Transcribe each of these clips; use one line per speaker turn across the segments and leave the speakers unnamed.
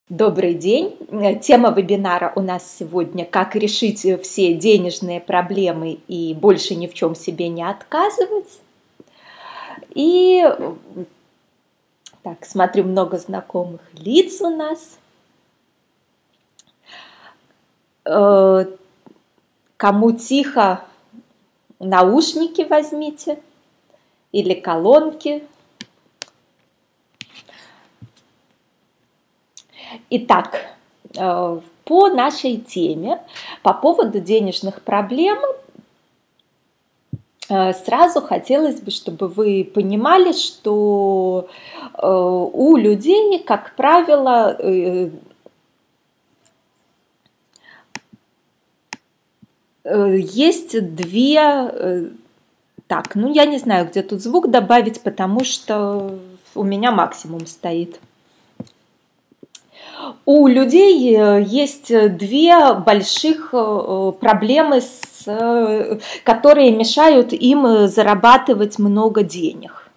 Добрый день. Тема вебинара у нас сегодня «Как решить все денежные проблемы и больше ни в чем себе не отказывать». И так, смотрю, много знакомых лиц у нас. Кому тихо, наушники возьмите или колонки. Итак, по нашей теме, по поводу денежных проблем, сразу хотелось бы, чтобы вы понимали, что у людей, как правило, есть две... Так, ну я не знаю, где тут звук добавить, потому что у меня максимум стоит. У людей есть две больших проблемы, которые мешают им зарабатывать много денег.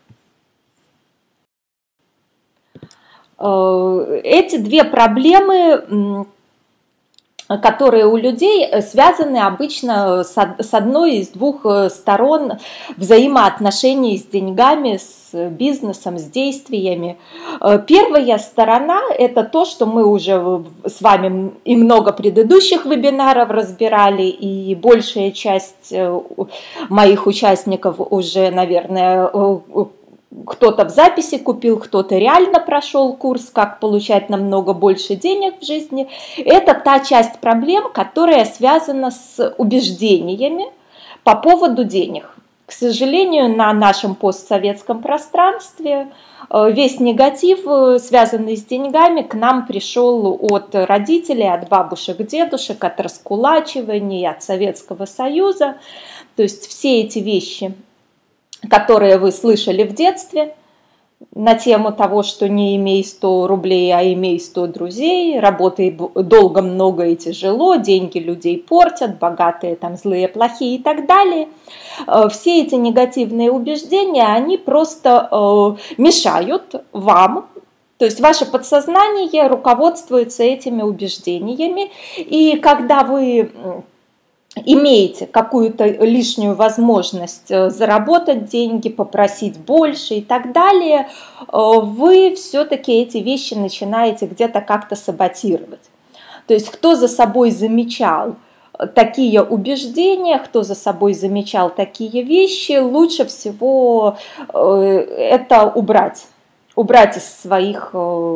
Эти две проблемы, которые у людей связаны обычно с одной из двух сторон взаимоотношений с деньгами, с бизнесом, с действиями. Первая сторона – это то, что мы уже с вами и много предыдущих вебинаров разбирали, и большая часть моих участников уже, наверное, кто-то в записи купил, кто-то реально прошел курс «Как получать намного больше денег в жизни». Это та часть проблем, которая связана с убеждениями по поводу денег. К сожалению, на нашем постсоветском пространстве весь негатив, связанный с деньгами, к нам пришел от родителей, от бабушек, дедушек, от раскулачивания, от Советского Союза. То есть все эти вещи, которые вы слышали в детстве на тему того, что не имей 100 рублей, а имей 100 друзей, работай долго, много и тяжело, деньги людей портят, богатые там злые, плохие и так далее. Все эти негативные убеждения, они просто мешают вам. То есть ваше подсознание руководствуется этими убеждениями, и когда вы имеете какую-то лишнюю возможность заработать деньги, попросить больше и так далее, вы все-таки эти вещи начинаете где-то как-то саботировать. То есть кто за собой замечал такие убеждения, кто за собой замечал такие вещи, лучше всего это убрать из своих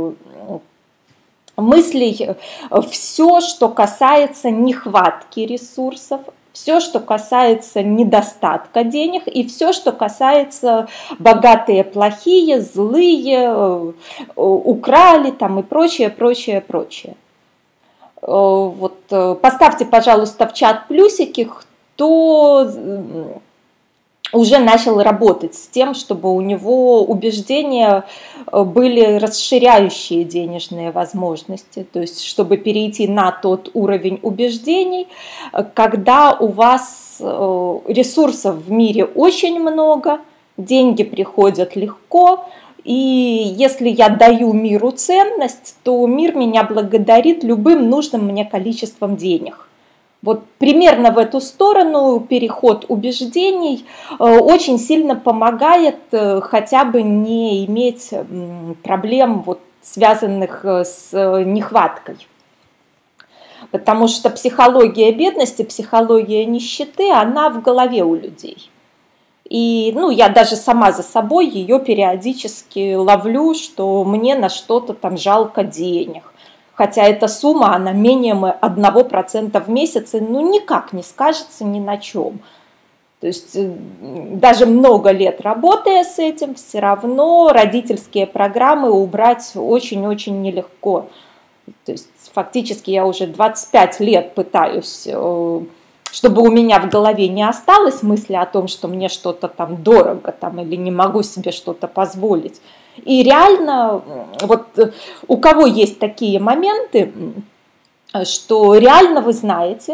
мыслей все, что касается нехватки ресурсов, все, что касается недостатка денег, и все, что касается богатые, плохие, злые, украли там и прочее, прочее, прочее. Вот, поставьте, пожалуйста, в чат плюсики, кто уже начал работать с тем, чтобы у него убеждения были расширяющие денежные возможности, то есть чтобы перейти на тот уровень убеждений, когда у вас ресурсов в мире очень много, деньги приходят легко, и если я даю миру ценность, то мир меня благодарит любым нужным мне количеством денег. Вот примерно в эту сторону переход убеждений очень сильно помогает хотя бы не иметь проблем, вот, связанных с нехваткой. Потому что психология бедности, психология нищеты, она в голове у людей. И я даже сама за собой ее периодически ловлю, что мне на что-то там жалко денег. Хотя эта сумма, она менее 1% в месяц, никак не скажется ни на чем. То есть даже много лет работая с этим, все равно родительские программы убрать очень-очень нелегко. То есть фактически я уже 25 лет пытаюсь, чтобы у меня в голове не осталось мысли о том, что мне что-то там дорого там, или не могу себе что-то позволить. И реально, вот у кого есть такие моменты, что реально вы знаете,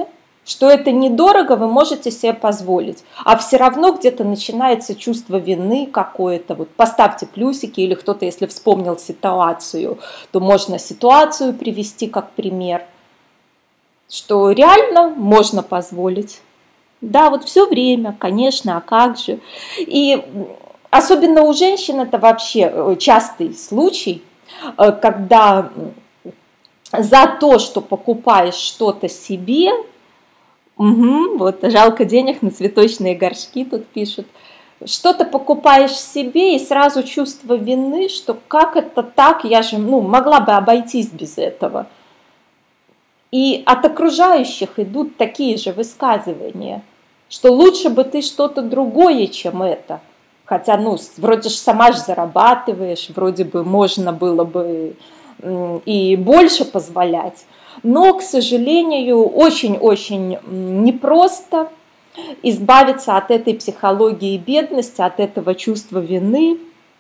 что это недорого, вы можете себе позволить, а все равно где-то начинается чувство вины какое-то. Вот поставьте плюсики, или кто-то, если вспомнил ситуацию, то можно ситуацию привести как пример, что реально можно позволить. Да, вот все время, конечно, а как же. И особенно у женщин это вообще частый случай, когда за то, что покупаешь что-то себе, вот жалко денег на цветочные горшки, тут пишут, что-то покупаешь себе и сразу чувство вины, что как это так, я же могла бы обойтись без этого. И от окружающих идут такие же высказывания, что лучше бы ты что-то другое, чем это. Хотя, вроде же сама же зарабатываешь, вроде бы можно было бы и больше позволять. Но, к сожалению, очень-очень непросто избавиться от этой психологии бедности, от этого чувства вины.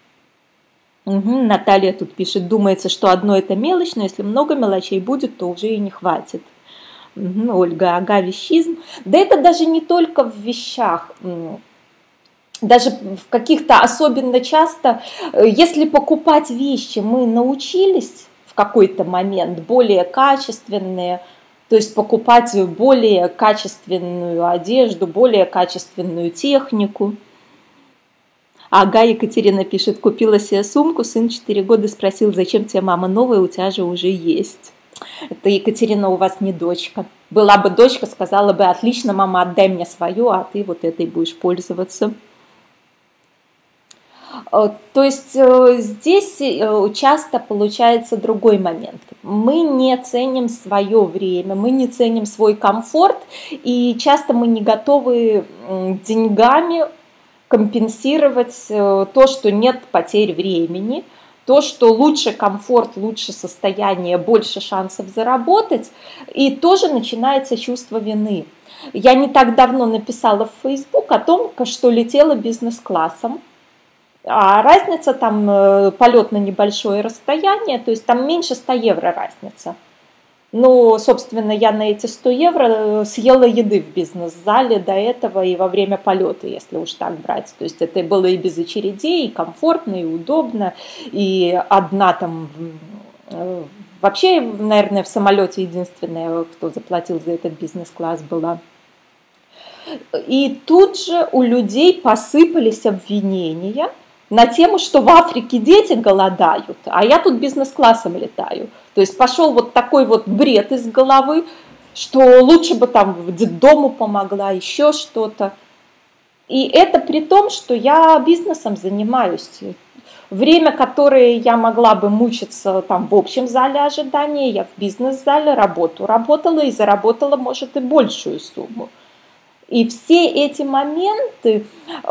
Наталья тут пишет, думается, что одно это мелочь, но если много мелочей будет, то уже и не хватит. Ольга, ага, вещизм. Да это даже не только в вещах, даже в каких-то особенно часто, если покупать вещи мы научились в какой-то момент более качественные, то есть покупать более качественную одежду, более качественную технику. Ага, Екатерина пишет, купила себе сумку, сын 4 года спросил, зачем тебе, мама, новая, у тебя же уже есть. Это, Екатерина, у вас не дочка. Была бы дочка, сказала бы, отлично, мама, отдай мне свою, а ты вот этой будешь пользоваться. То есть здесь часто получается другой момент. Мы не ценим свое время, мы не ценим свой комфорт, и часто мы не готовы деньгами компенсировать то, что нет потерь времени, то, что лучше комфорт, лучше состояние, больше шансов заработать, и тоже начинается чувство вины. Я не так давно написала в Facebook о том, что летела бизнес-классом, а разница там полет на небольшое расстояние, то есть там меньше 100 евро разница. Ну, собственно, я на эти 100 евро съела еды в бизнес-зале до этого и во время полета, если уж так брать. То есть это было и без очередей, и комфортно, и удобно, и одна там... Вообще, наверное, в самолете единственная, кто заплатил за этот бизнес-класс, была. И тут же у людей посыпались обвинения на тему, что в Африке дети голодают, а я тут бизнес-классом летаю. То есть пошел вот такой вот бред из головы, что лучше бы там в детдому помогла, еще что-то. И это при том, что я бизнесом занимаюсь. Время, которое я могла бы мучиться там в общем зале ожидания, я в бизнес-зале работала и заработала, может, и большую сумму. И все эти моменты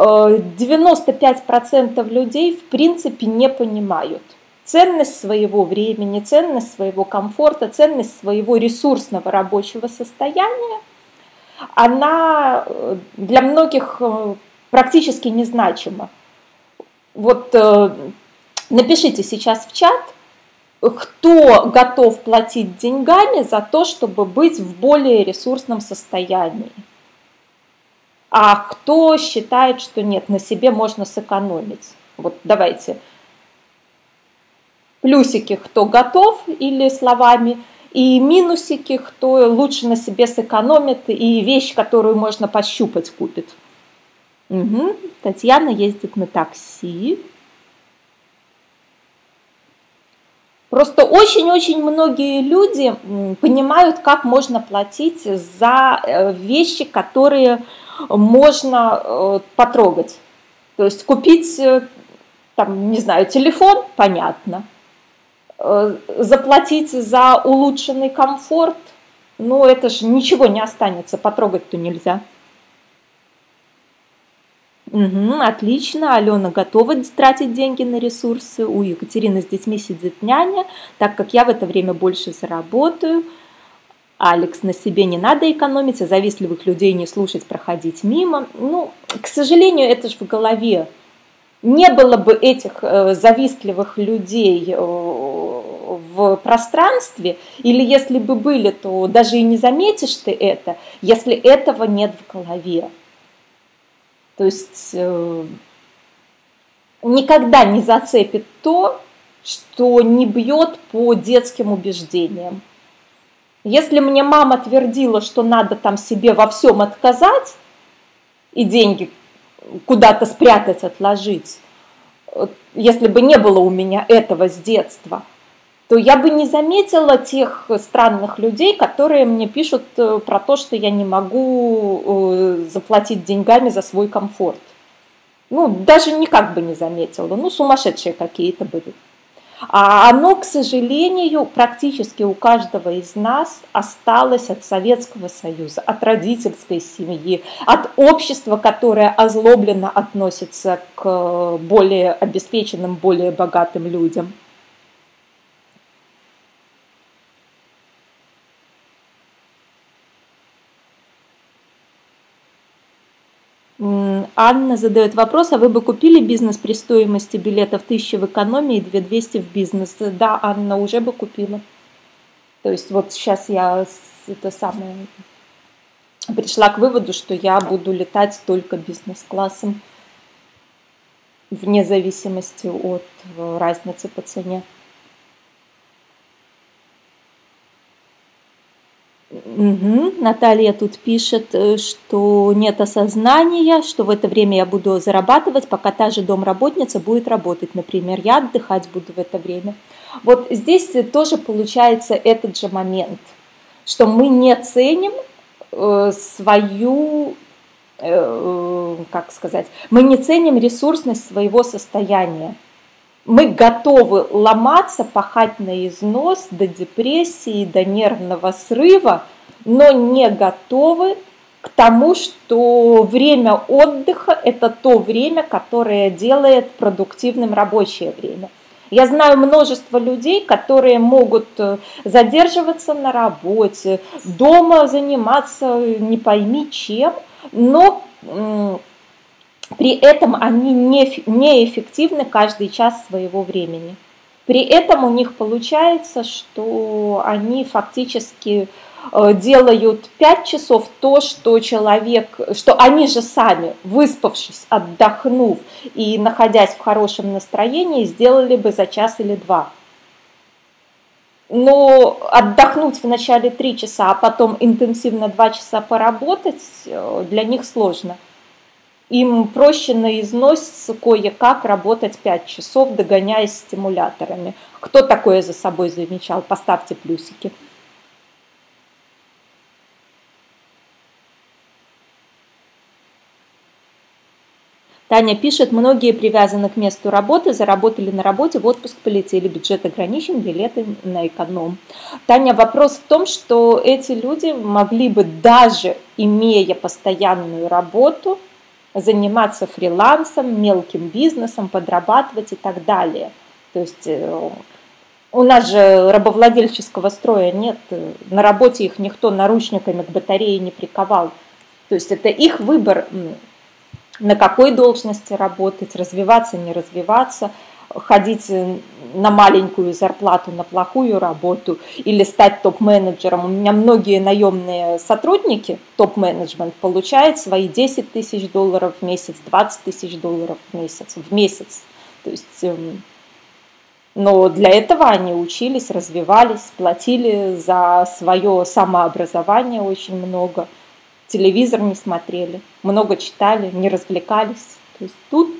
95% людей в принципе не понимают. Ценность своего времени, ценность своего комфорта, ценность своего ресурсного рабочего состояния, она для многих практически незначима. Вот напишите сейчас в чат, кто готов платить деньгами за то, чтобы быть в более ресурсном состоянии. А кто считает, что нет, на себе можно сэкономить? Вот давайте. Плюсики, кто готов, или словами, и минусики, кто лучше на себе сэкономит, и вещь, которую можно пощупать, купит. Угу. Татьяна ездит на такси. Просто очень-очень многие люди понимают, как можно платить за вещи, которые можно потрогать. То есть купить, там, не знаю, телефон, понятно. Заплатить за улучшенный комфорт, ну это же ничего не останется, потрогать-то нельзя. Отлично, Алена готова тратить деньги на ресурсы, у Екатерины с детьми сидит няня, так как я в это время больше заработаю. Алекс, на себе не надо экономить, а завистливых людей не слушать, проходить мимо. Ну, к сожалению, это же в голове. Не было бы этих завистливых людей в в пространстве, или если бы были, то даже и не заметишь ты это, если этого нет в голове. То есть никогда не зацепит то, что не бьет по детским убеждениям. Если мне мама твердила, что надо там себе во всем отказать и деньги куда-то спрятать, отложить, если бы не было у меня этого с детства, то я бы не заметила тех странных людей, которые мне пишут про то, что я не могу заплатить деньгами за свой комфорт. Ну, даже никак бы не заметила. Ну, сумасшедшие какие-то были. А оно, к сожалению, практически у каждого из нас осталось от Советского Союза, от родительской семьи, от общества, которое озлобленно относится к более обеспеченным, более богатым людям. Анна задает вопрос, а вы бы купили бизнес при стоимости билетов 1000 в экономии и 2200 в бизнес? Да, Анна, уже бы купила. То есть вот сейчас я это самое пришла к выводу, что я буду летать только бизнес-классом, вне зависимости от разницы по цене. Угу. Наталья тут пишет, что нет осознания, что в это время я буду зарабатывать, пока та же домработница будет работать, например, я отдыхать буду в это время. Вот здесь тоже получается этот же момент, что мы не ценим свою, как сказать, мы не ценим ресурсность своего состояния. Мы готовы ломаться, пахать на износ, до депрессии, до нервного срыва, но не готовы к тому, что время отдыха – это то время, которое делает продуктивным рабочее время. Я знаю множество людей, которые могут задерживаться на работе, дома заниматься не пойми чем, но при этом они неэффективны каждый час своего времени. При этом у них получается, что они фактически делают 5 часов то, что что они же сами, выспавшись, отдохнув и находясь в хорошем настроении, сделали бы за час или 2. Но отдохнуть вначале 3 часа, а потом интенсивно 2 часа поработать для них сложно. Им проще на износ кое-как работать 5 часов, догоняясь стимуляторами. Кто такое за собой замечал? Поставьте плюсики. Таня пишет, многие привязаны к месту работы, заработали на работе, в отпуск полетели, бюджет ограничен, билеты на эконом. Таня, вопрос в том, что эти люди могли бы, даже имея постоянную работу, заниматься фрилансом, мелким бизнесом, подрабатывать и так далее. То есть у нас же рабовладельческого строя нет, на работе их никто наручниками к батарее не приковал. То есть это их выбор, на какой должности работать, развиваться, не развиваться, ходить на маленькую зарплату, на плохую работу или стать топ-менеджером. У меня многие наемные сотрудники, топ-менеджмент, получают свои 10 тысяч долларов в месяц, 20 тысяч долларов в месяц. То есть, но для этого они учились, развивались, платили за свое самообразование очень много, телевизор не смотрели, много читали, не развлекались. То есть тут...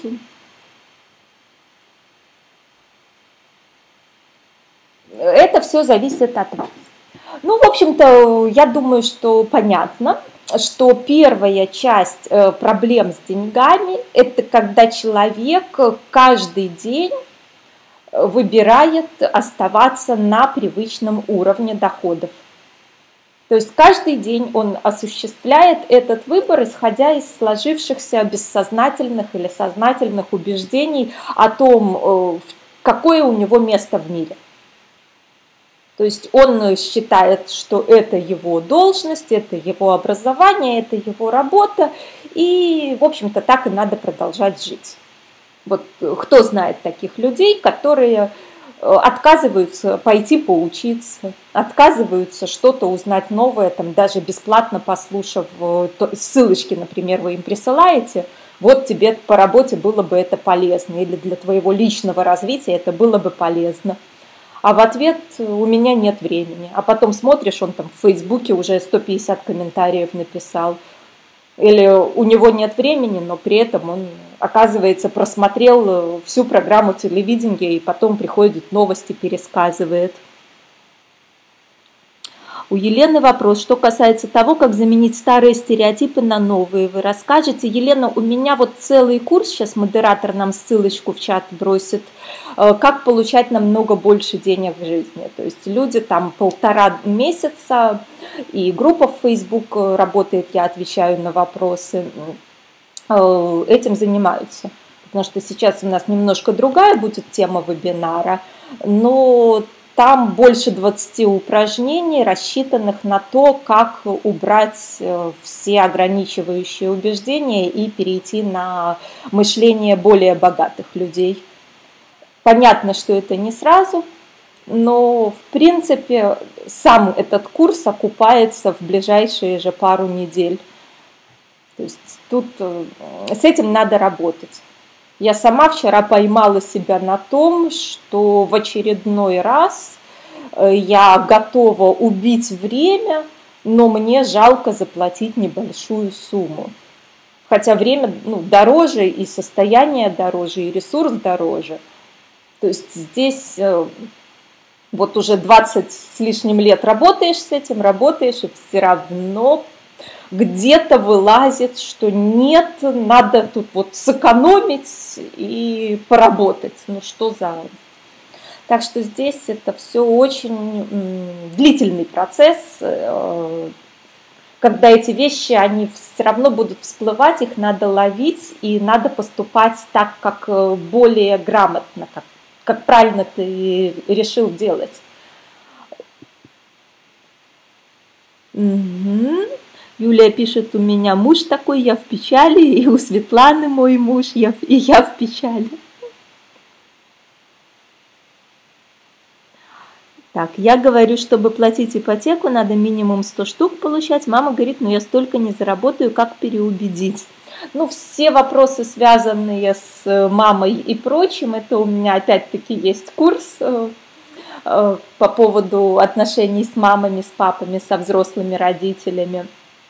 Это все зависит от вас. Ну, в общем-то, я думаю, что понятно, что первая часть проблем с деньгами – это когда человек каждый день выбирает оставаться на привычном уровне доходов. То есть каждый день он осуществляет этот выбор, исходя из сложившихся бессознательных или сознательных убеждений о том, какое у него место в мире. То есть он считает, что это его должность, это его образование, это его работа, и, в общем-то, так и надо продолжать жить. Вот кто знает таких людей, которые отказываются пойти поучиться, отказываются что-то узнать новое, там, даже бесплатно послушав ссылочки, например, вы им присылаете, вот тебе по работе было бы это полезно, или для твоего личного развития это было бы полезно. А в ответ у меня нет времени. А потом смотришь, он там в Фейсбуке уже 150 комментариев написал. Или у него нет времени, но при этом он, оказывается, просмотрел всю программу телевидения и потом приходит новости, пересказывает. У Елены вопрос, что касается того, как заменить старые стереотипы на новые. Вы расскажете? Елена, у меня вот целый курс, сейчас модератор нам ссылочку в чат бросит, как получать намного больше денег в жизни. То есть люди там 1,5 месяца, и группа в Facebook работает, я отвечаю на вопросы, этим занимаются. Потому что сейчас у нас немножко другая будет тема вебинара, но там больше 20 упражнений, рассчитанных на то, как убрать все ограничивающие убеждения и перейти на мышление более богатых людей. Понятно, что это не сразу, но в принципе сам этот курс окупается в ближайшие же пару недель. То есть тут с этим надо работать. Я сама вчера поймала себя на том, что в очередной раз я готова убить время, но мне жалко заплатить небольшую сумму. Хотя время дороже, и состояние дороже, и ресурс дороже. То есть здесь вот уже 20 с лишним лет работаешь с этим, работаешь, и все равно где-то вылазит, что нет, надо тут вот сэкономить и поработать. Ну что за... Так что здесь это все очень длительный процесс, когда эти вещи, они все равно будут всплывать, их надо ловить, и надо поступать так, как более грамотно, как правильно ты решил делать. Угу. Юлия пишет, у меня муж такой, я в печали, и у Светланы мой муж, и я в печали. Так, я говорю, чтобы платить ипотеку, надо минимум 100 штук получать. Мама говорит, ну я столько не заработаю, как переубедить? Ну, все вопросы, связанные с мамой и прочим, это у меня опять-таки есть курс по поводу отношений с мамами, с папами, со взрослыми родителями.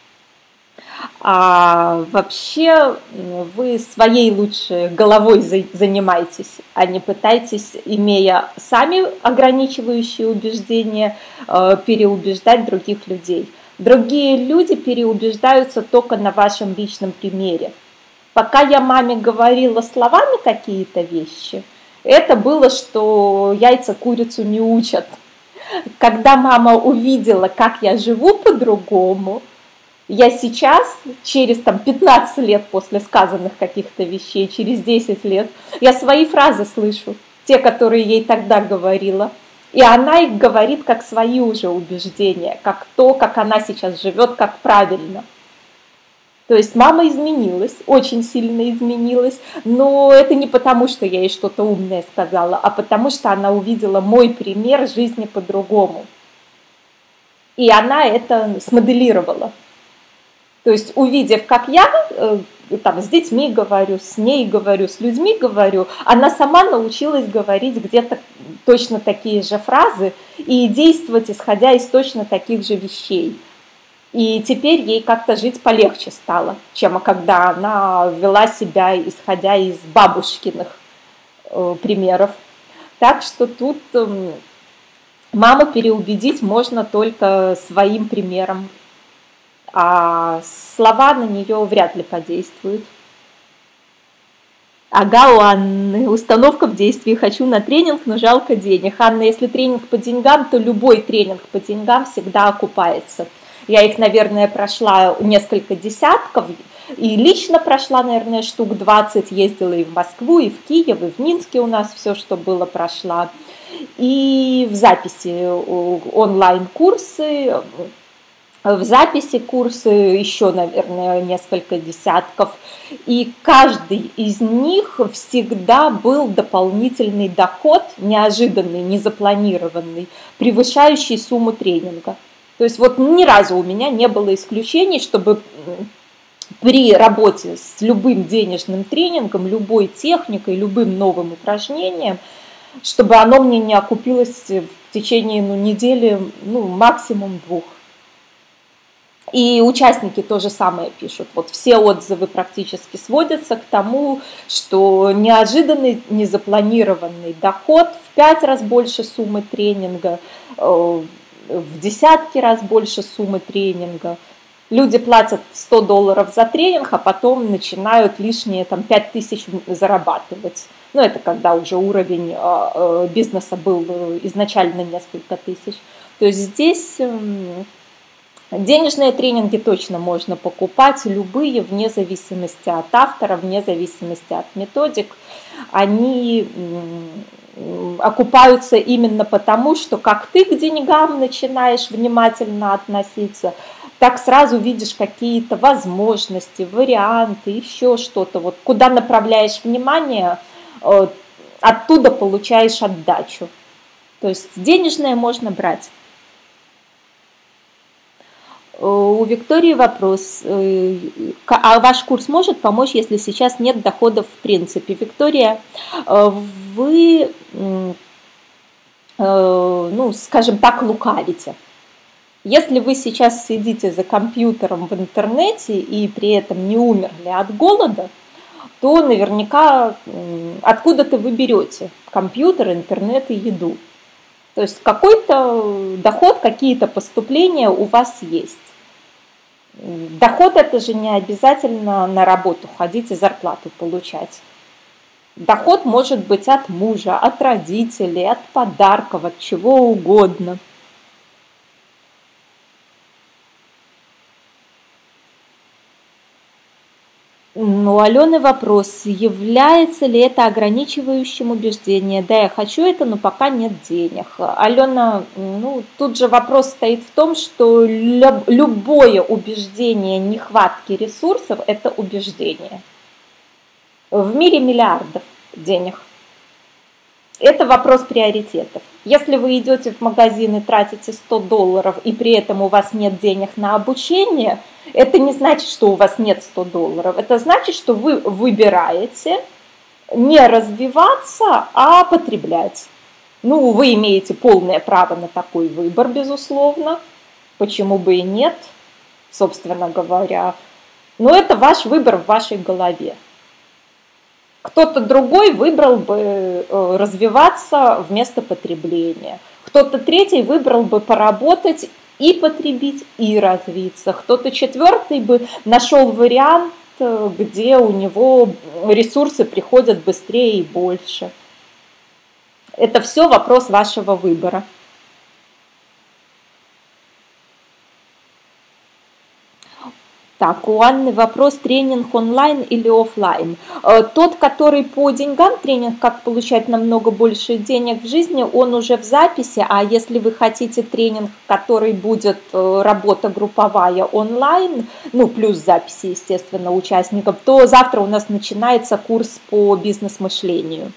А вообще вы своей лучше головой занимаетесь, а не пытайтесь, имея сами ограничивающие убеждения, переубеждать других людей. Другие люди переубеждаются только на вашем личном примере. Пока я маме говорила словами какие-то вещи, это было, что яйца курицу не учат. Когда мама увидела, как я живу по-другому, я сейчас, через 15 лет после сказанных каких-то вещей, через 10 лет, я свои фразы слышу, те, которые ей тогда говорила. И она их говорит как свои уже убеждения, как то, как она сейчас живет, как правильно. То есть мама изменилась, очень сильно изменилась, но это не потому, что я ей что-то умное сказала, а потому что она увидела мой пример жизни по-другому. И она это смоделировала. То есть, увидев, как я там, с детьми говорю, с ней говорю, с людьми говорю, она сама научилась говорить где-то точно такие же фразы и действовать, исходя из точно таких же вещей. И теперь ей как-то жить полегче стало, чем когда она вела себя, исходя из бабушкиных примеров. Так что тут маму переубедить можно только своим примером, а слова на нее вряд ли подействуют. Ага, у Анны установка в действии. Хочу на тренинг, но жалко денег. Анна, если тренинг по деньгам, то любой тренинг по деньгам всегда окупается. Я их, наверное, прошла несколько десятков, и лично прошла, наверное, штук 20, ездила и в Москву, и в Киев, и в Минске у нас все, что было, прошла. И в записи онлайн-курсы, в записи курсы еще, наверное, несколько десятков. И каждый из них всегда был дополнительный доход, неожиданный, незапланированный, превышающий сумму тренинга. То есть вот ни разу у меня не было исключений, чтобы при работе с любым денежным тренингом, любой техникой, любым новым упражнением, чтобы оно мне не окупилось в течение недели, максимум 2. И участники то же самое пишут. Вот все отзывы практически сводятся к тому, что неожиданный, незапланированный доход в 5 раз больше суммы тренинга, в десятки раз больше суммы тренинга. Люди платят $100 за тренинг, а потом начинают лишние 5000 зарабатывать. Это когда уже уровень бизнеса был изначально несколько тысяч. То есть здесь денежные тренинги точно можно покупать, любые, вне зависимости от автора, вне зависимости от методик. Они окупаются именно потому, что как ты к деньгам начинаешь внимательно относиться, так сразу видишь какие-то возможности, варианты, еще что-то. Вот куда направляешь внимание, оттуда получаешь отдачу. То есть денежное можно брать. У Виктории вопрос. А ваш курс может помочь, если сейчас нет доходов в принципе? Виктория, вы, скажем так, лукавите. Если вы сейчас сидите за компьютером в интернете и при этом не умерли от голода, то наверняка откуда-то вы берете компьютер, интернет и еду. То есть какой-то доход, какие-то поступления у вас есть. Доход — это же не обязательно на работу ходить и зарплату получать. Доход может быть от мужа, от родителей, от подарков, от чего угодно. У Алены вопрос, является ли это ограничивающим убеждением? Да, я хочу это, но пока нет денег. Алена, тут же вопрос стоит в том, что любое убеждение нехватки ресурсов – это убеждение. В мире миллиардов денег. Это вопрос приоритетов. Если вы идете в магазин и тратите $100, и при этом у вас нет денег на обучение, это не значит, что у вас нет $100. Это значит, что вы выбираете не развиваться, а потреблять. Вы имеете полное право на такой выбор, безусловно. Почему бы и нет, собственно говоря. Но это ваш выбор в вашей голове. Кто-то другой выбрал бы развиваться вместо потребления. Кто-то третий выбрал бы поработать и потребить, и развиться. Кто-то четвертый бы нашел вариант, где у него ресурсы приходят быстрее и больше. Это все вопрос вашего выбора. Так, у Анны вопрос, тренинг онлайн или офлайн. Тот, который по деньгам, тренинг «Как получать намного больше денег в жизни», он уже в записи, а если вы хотите тренинг, который будет работа групповая онлайн, плюс записи, естественно, участников, то завтра у нас начинается курс по бизнес-мышлению.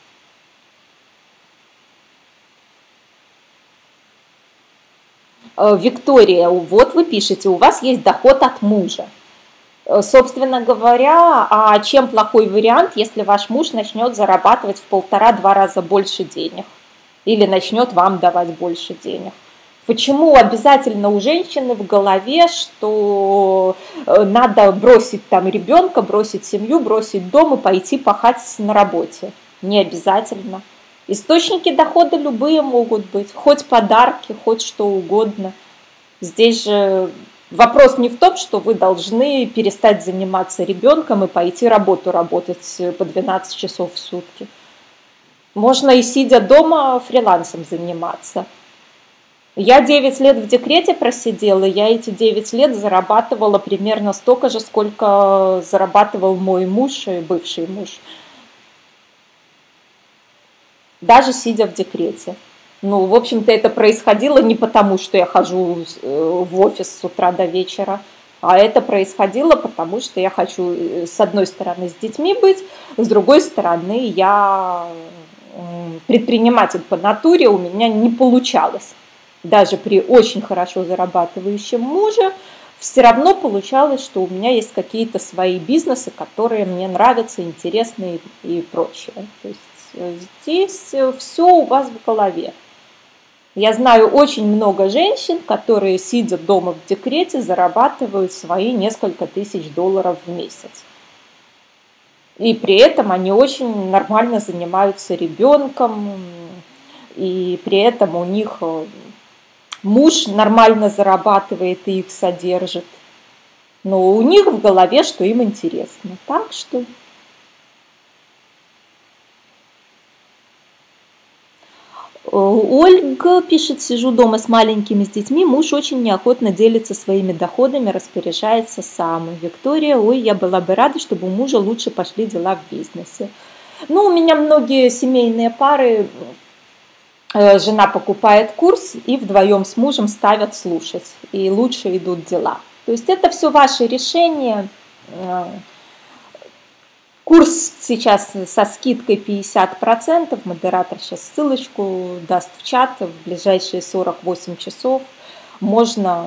Виктория, вот вы пишете, у вас есть доход от мужа. Собственно говоря, а чем плохой вариант, если ваш муж начнет зарабатывать в 1,5-2 раза больше денег? Или начнет вам давать больше денег? Почему обязательно у женщины в голове, что надо бросить ребенка, бросить семью, бросить дом и пойти пахать на работе? Не обязательно. Источники дохода любые могут быть, хоть подарки, хоть что угодно. Здесь же вопрос не в том, что вы должны перестать заниматься ребенком и пойти работу работать по 12 часов в сутки. Можно и сидя дома фрилансом заниматься. Я 9 лет в декрете просидела, я эти 9 лет зарабатывала примерно столько же, сколько зарабатывал мой муж и бывший муж. Даже сидя в декрете. Ну, в общем-то, это происходило не потому, что я хожу в офис с утра до вечера, а это происходило потому, что я хочу, с одной стороны, с детьми быть, с другой стороны, я предприниматель по натуре, у меня не получалось. Даже при очень хорошо зарабатывающем муже, все равно получалось, что у меня есть какие-то свои бизнесы, которые мне нравятся, интересны и прочее. То есть здесь все у вас в голове. Я знаю очень много женщин, которые, сидя дома в декрете, зарабатывают свои несколько тысяч долларов в месяц. И при этом они очень нормально занимаются ребенком, и при этом у них муж нормально зарабатывает и их содержит. Но у них в голове, что им интересно. Так что... Ольга пишет, сижу дома с маленькими с детьми, муж очень неохотно делится своими доходами, распоряжается сам. Виктория, ой, я была бы рада, чтобы у мужа лучше пошли дела в бизнесе. Ну, у меня многие семейные пары, жена покупает курс и вдвоем с мужем ставят слушать, и лучше идут дела. То есть это все ваши решения. Курс сейчас со скидкой 50%, модератор сейчас ссылочку даст в чат, в ближайшие 48 часов можно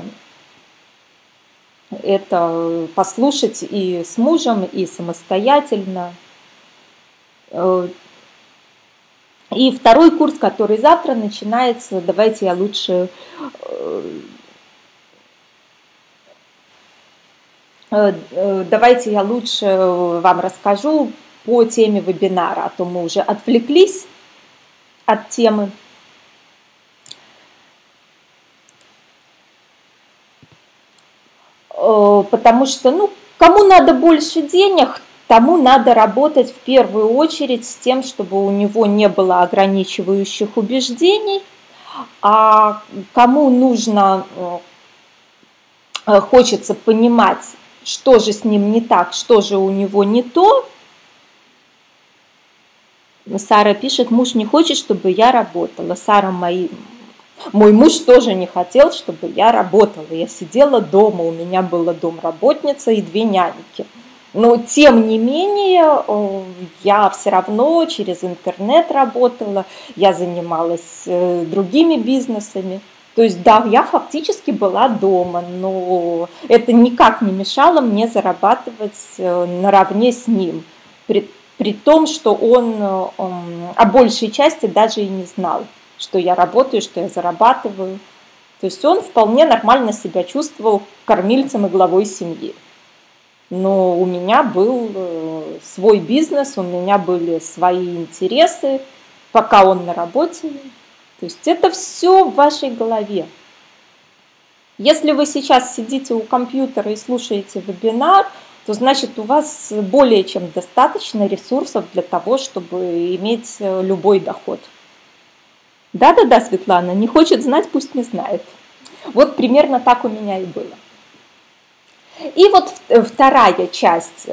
это послушать и с мужем, и самостоятельно. И второй курс, который завтра начинается, давайте я лучше вам расскажу по теме вебинара, а то мы уже отвлеклись от темы. Потому что, кому надо больше денег, тому надо работать в первую очередь с тем, чтобы у него не было ограничивающих убеждений, а кому хочется понимать, что же с ним не так, что же у него не то. Сара пишет, муж не хочет, чтобы я работала. Сара, мой муж тоже не хотел, чтобы я работала. Я сидела дома, у меня была домработница и 2 няньки. Но тем не менее, я все равно через интернет работала, я занималась другими бизнесами. То есть, да, я фактически была дома, но это никак не мешало мне зарабатывать наравне с ним. При том, что он о большей части даже и не знал, что я работаю, что я зарабатываю. То есть он вполне нормально себя чувствовал кормильцем и главой семьи. Но у меня был свой бизнес, у меня были свои интересы, пока он на работе. То есть это все в вашей голове. Если вы сейчас сидите у компьютера и слушаете вебинар, то значит у вас более чем достаточно ресурсов для того, чтобы иметь любой доход. Да-да-да, Светлана, не хочет знать, пусть не знает. Вот примерно так у меня и было. И вот вторая часть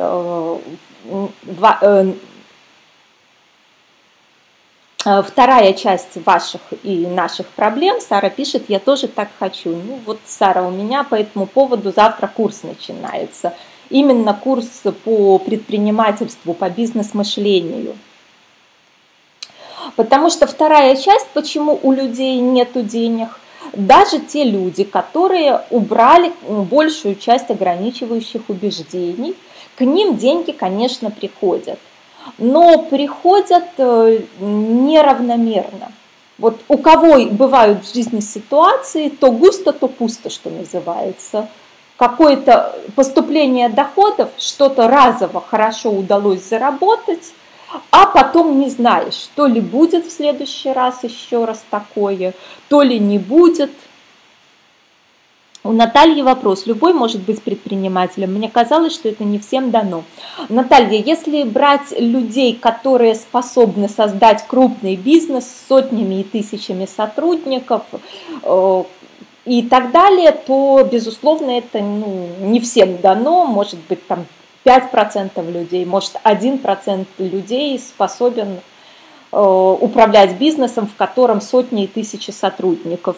ваших и наших проблем. Сара пишет, я тоже так хочу. Ну вот, Сара, у меня по этому поводу завтра курс начинается. Именно курс по предпринимательству, по бизнес-мышлению. Потому что вторая часть, почему у людей нету денег, даже те люди, которые убрали большую часть ограничивающих убеждений, к ним деньги, конечно, приходят. Но приходят неравномерно. Вот у кого бывают в жизни ситуации, то густо, то пусто, что называется. Какое-то поступление доходов, что-то разово хорошо удалось заработать, а потом не знаешь, то ли будет в следующий раз еще раз такое, то ли не будет. У Натальи вопрос. Любой может быть предпринимателем. Мне казалось, что это не всем дано. Наталья, если брать людей, которые способны создать крупный бизнес с сотнями и тысячами сотрудников и так далее, то, безусловно, это не всем дано. Может быть, там 5% людей, может 1% людей способен управлять бизнесом, в котором сотни и тысячи сотрудников.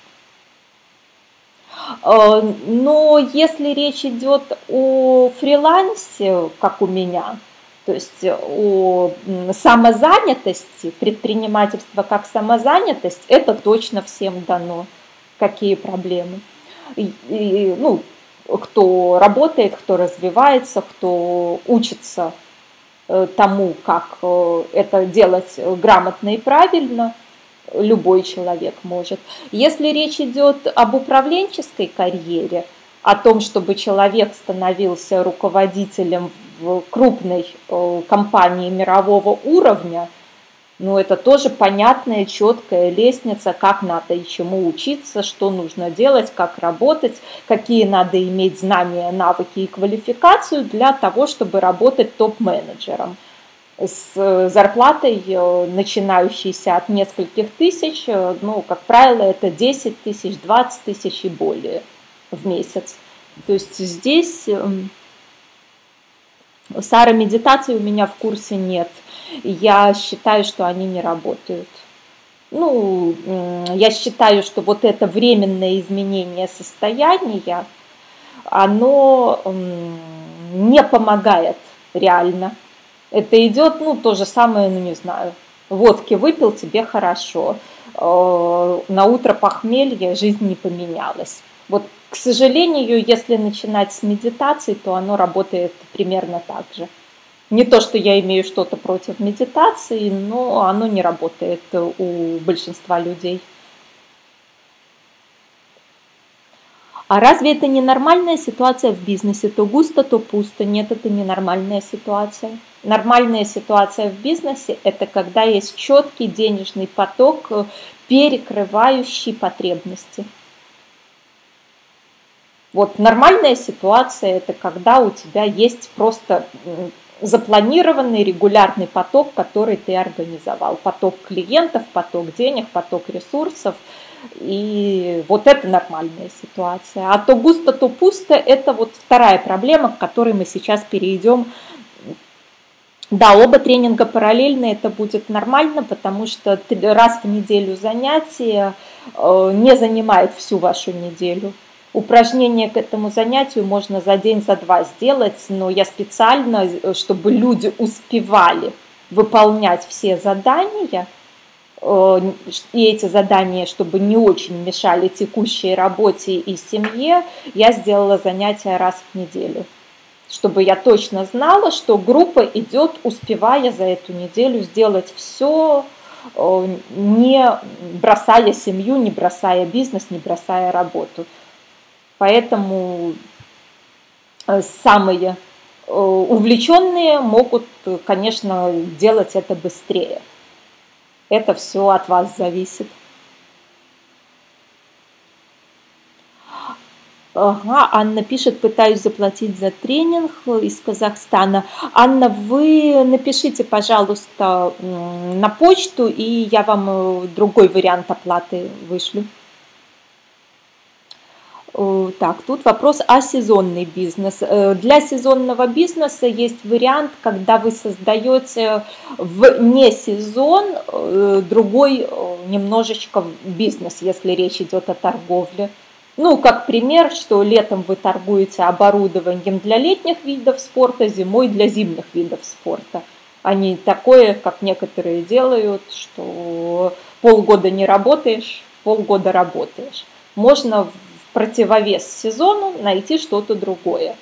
Но если речь идет о фрилансе, как у меня, то есть о самозанятости, предпринимательство как самозанятость, это точно всем дано. Какие проблемы? Ну, кто работает, кто развивается, кто учится тому, как это делать грамотно и правильно, любой человек может. Если речь идет об управленческой карьере, о том, чтобы человек становился руководителем в крупной компании мирового уровня, ну, это тоже понятная, четкая лестница, как надо и чему учиться, что нужно делать, как работать, какие надо иметь знания, навыки и квалификацию для того, чтобы работать топ-менеджером с зарплатой, начинающейся от нескольких тысяч, ну, как правило, это 10 тысяч, 20 тысяч и более в месяц. То есть здесь саро-медитации у меня в курсе нет. Я считаю, что они не работают. Ну, я считаю, что вот это временное изменение состояния, оно не помогает реально. Это идет, ну, то же самое, ну, не знаю, водки выпил, тебе хорошо, на утро похмелье, жизнь не поменялась. Вот, к сожалению, если начинать с медитации, то оно работает примерно так же. Не то, что я имею что-то против медитации, но оно не работает у большинства людей. А разве это не нормальная ситуация в бизнесе? То густо, то пусто. Нет, это не нормальная ситуация. Нормальная ситуация в бизнесе – это когда есть четкий денежный поток, перекрывающий потребности. Вот нормальная ситуация – это когда у тебя есть просто запланированный регулярный поток, который ты организовал. Поток клиентов, поток денег, поток ресурсов. И вот это нормальная ситуация. А то густо, то пусто – это вот вторая проблема, к которой мы сейчас перейдем. Да, оба тренинга параллельно, это будет нормально, потому что раз в неделю занятие не занимает всю вашу неделю. Упражнение к этому занятию можно за день, за два сделать, но я специально, чтобы люди успевали выполнять все задания, и эти задания, чтобы не очень мешали текущей работе и семье, я сделала занятия раз в неделю, чтобы я точно знала, что группа идет, успевая за эту неделю сделать все, не бросая семью, не бросая бизнес, не бросая работу. Поэтому самые увлеченные могут, конечно, делать это быстрее. Это все от вас зависит. Ага, Анна пишет, пытаюсь заплатить за тренинг из Казахстана. Анна, вы напишите, пожалуйста, на почту, и я вам другой вариант оплаты вышлю. Так, тут вопрос о сезонный бизнес. Для сезонного бизнеса есть вариант, когда вы создаете в не сезон другой немножечко бизнес, если речь идет о торговле. Ну, как пример, что летом вы торгуете оборудованием для летних видов спорта, зимой для зимних видов спорта. А не такое, как некоторые делают, что полгода не работаешь, полгода работаешь. Можно в противовес сезону найти что-то другое.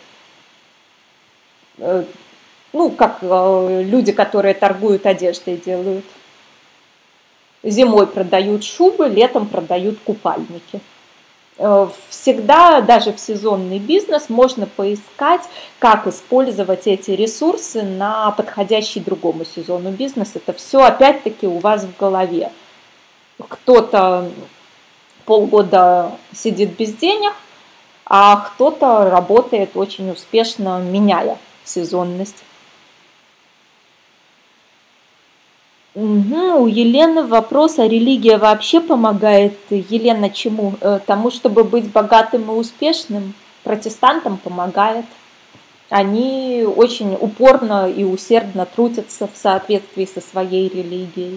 Ну, как люди, которые торгуют одеждой, делают. Зимой продают шубы, летом продают купальники. Всегда, даже в сезонный бизнес, можно поискать, как использовать эти ресурсы на подходящий другому сезону бизнес. Это все опять-таки у вас в голове. Кто-то полгода сидит без денег, а кто-то работает очень успешно, меняя сезонность. Угу, у Елены вопрос, а религия вообще помогает? Елена, чему? Тому, чтобы быть богатым и успешным? Протестантам помогает. Они очень упорно и усердно трудятся в соответствии со своей религией.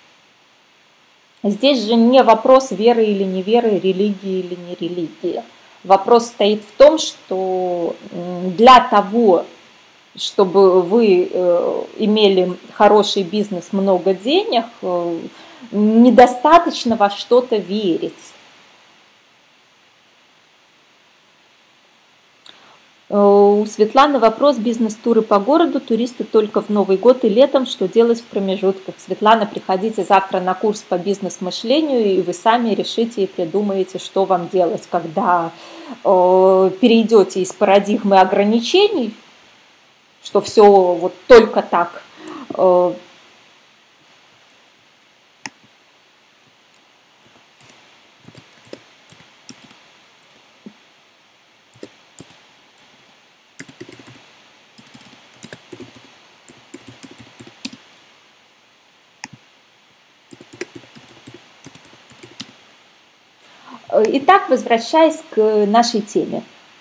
Здесь же не вопрос веры или не веры, религии или не религии. Вопрос стоит в том, что для того, чтобы вы имели хороший бизнес, много денег, недостаточно во что-то верить. У Светланы вопрос: бизнес-туры по городу, туристы только в Новый год и летом, что делать в промежутках? Светлана, приходите завтра на курс по бизнес-мышлению, и вы сами решите и придумаете, что вам делать, когда перейдете из парадигмы ограничений, что все вот только так, Итак, возвращаясь к нашей теме.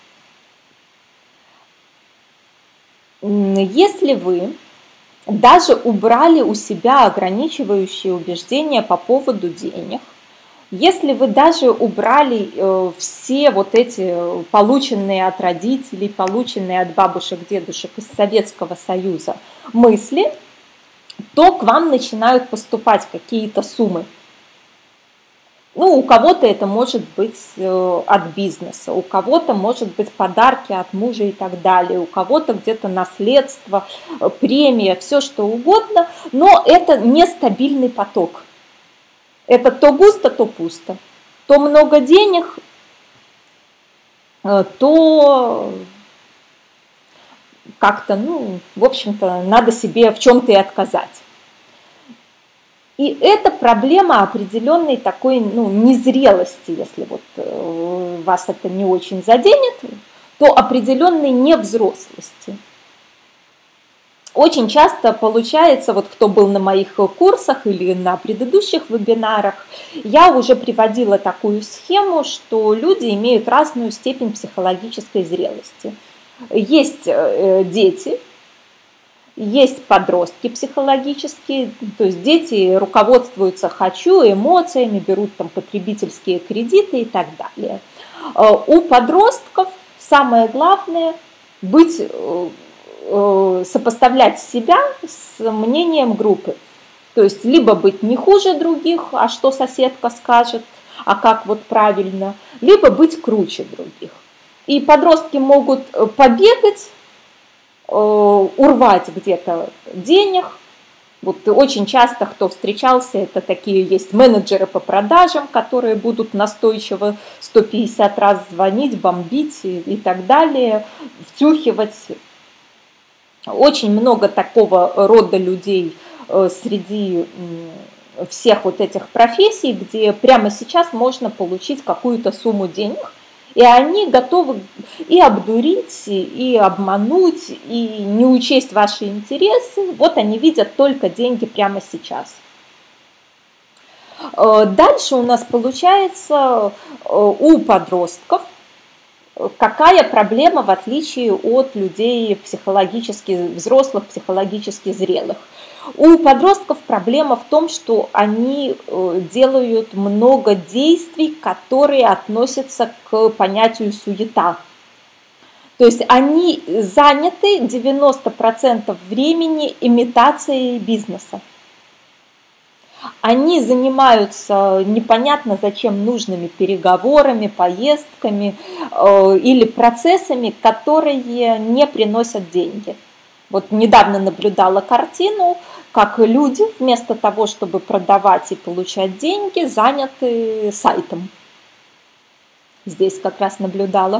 Если вы даже убрали у себя ограничивающие убеждения по поводу денег, если вы даже убрали все вот эти полученные от родителей, полученные от бабушек, дедушек из Советского Союза мысли, то к вам начинают поступать какие-то суммы. У кого-то это может быть от бизнеса, у кого-то может быть подарки от мужа и так далее, у кого-то где-то наследство, премия, все что угодно, но это нестабильный поток. Это то густо, то пусто. То много денег, то как-то, в общем-то, надо себе в чем-то и отказать. И это проблема определенной такой, незрелости, если вот вас это не очень заденет, то определенной невзрослости. Очень часто получается, вот кто был на моих курсах или на предыдущих вебинарах, я уже приводила такую схему, что люди имеют разную степень психологической зрелости. Есть дети, есть подростки психологические, то есть дети руководствуются «хочу», эмоциями, берут там потребительские кредиты и так далее. У подростков самое главное быть, сопоставлять себя с мнением группы. То есть либо быть не хуже других, а что соседка скажет, а как вот правильно, либо быть круче других. И подростки могут побегать, урвать где-то денег. Вот очень часто, кто встречался, это такие есть менеджеры по продажам, которые будут настойчиво 150 раз звонить, бомбить и так далее, втюхивать. Очень много такого рода людей среди всех вот этих профессий, где прямо сейчас можно получить какую-то сумму денег, и они готовы и обдурить, и обмануть, и не учесть ваши интересы. Вот они видят только деньги прямо сейчас. Дальше у нас получается у подростков какая проблема в отличие от людей психологически взрослых, психологически зрелых. У подростков проблема в том, что они делают много действий, которые относятся к понятию суета. То есть они заняты 90% времени имитацией бизнеса. Они занимаются непонятно зачем нужными переговорами, поездками или процессами, которые не приносят деньги. Вот недавно наблюдала картину, как люди вместо того, чтобы продавать и получать деньги, заняты сайтом. Здесь как раз наблюдала.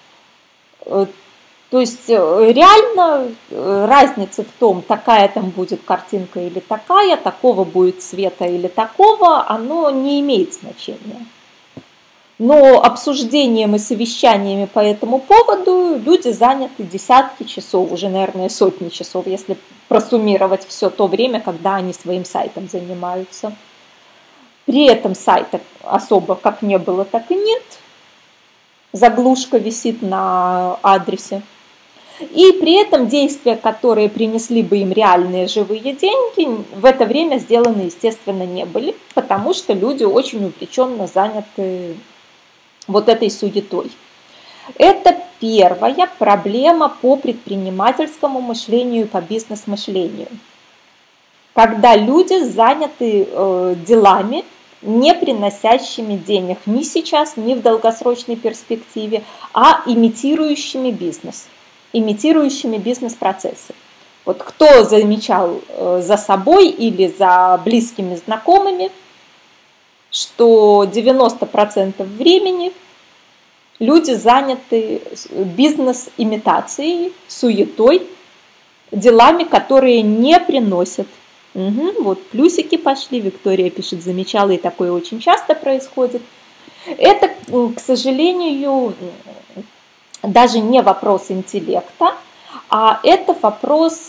То есть реально разница в том, такая там будет картинка или такая, такого будет цвета или такого, оно не имеет значения. Но обсуждением и совещаниями по этому поводу люди заняты десятки часов, уже, наверное, сотни часов, если просуммировать все то время, когда они своим сайтом занимаются. При этом сайта особо как не было, так и нет. Заглушка висит на адресе. И при этом действия, которые принесли бы им реальные живые деньги, в это время сделаны, естественно, не были, потому что люди очень увлеченно заняты вот этой суетой. Это первая проблема по предпринимательскому мышлению и по бизнес-мышлению. Когда люди заняты делами, не приносящими денег ни сейчас, ни в долгосрочной перспективе, а имитирующими бизнес-процессы. Вот кто замечал за собой или за близкими знакомыми, что 90% времени люди заняты бизнес-имитацией, суетой, делами, которые не приносят. Угу, вот плюсики пошли, Виктория пишет, замечала, и такое очень часто происходит. Это, к сожалению, даже не вопрос интеллекта, а это вопрос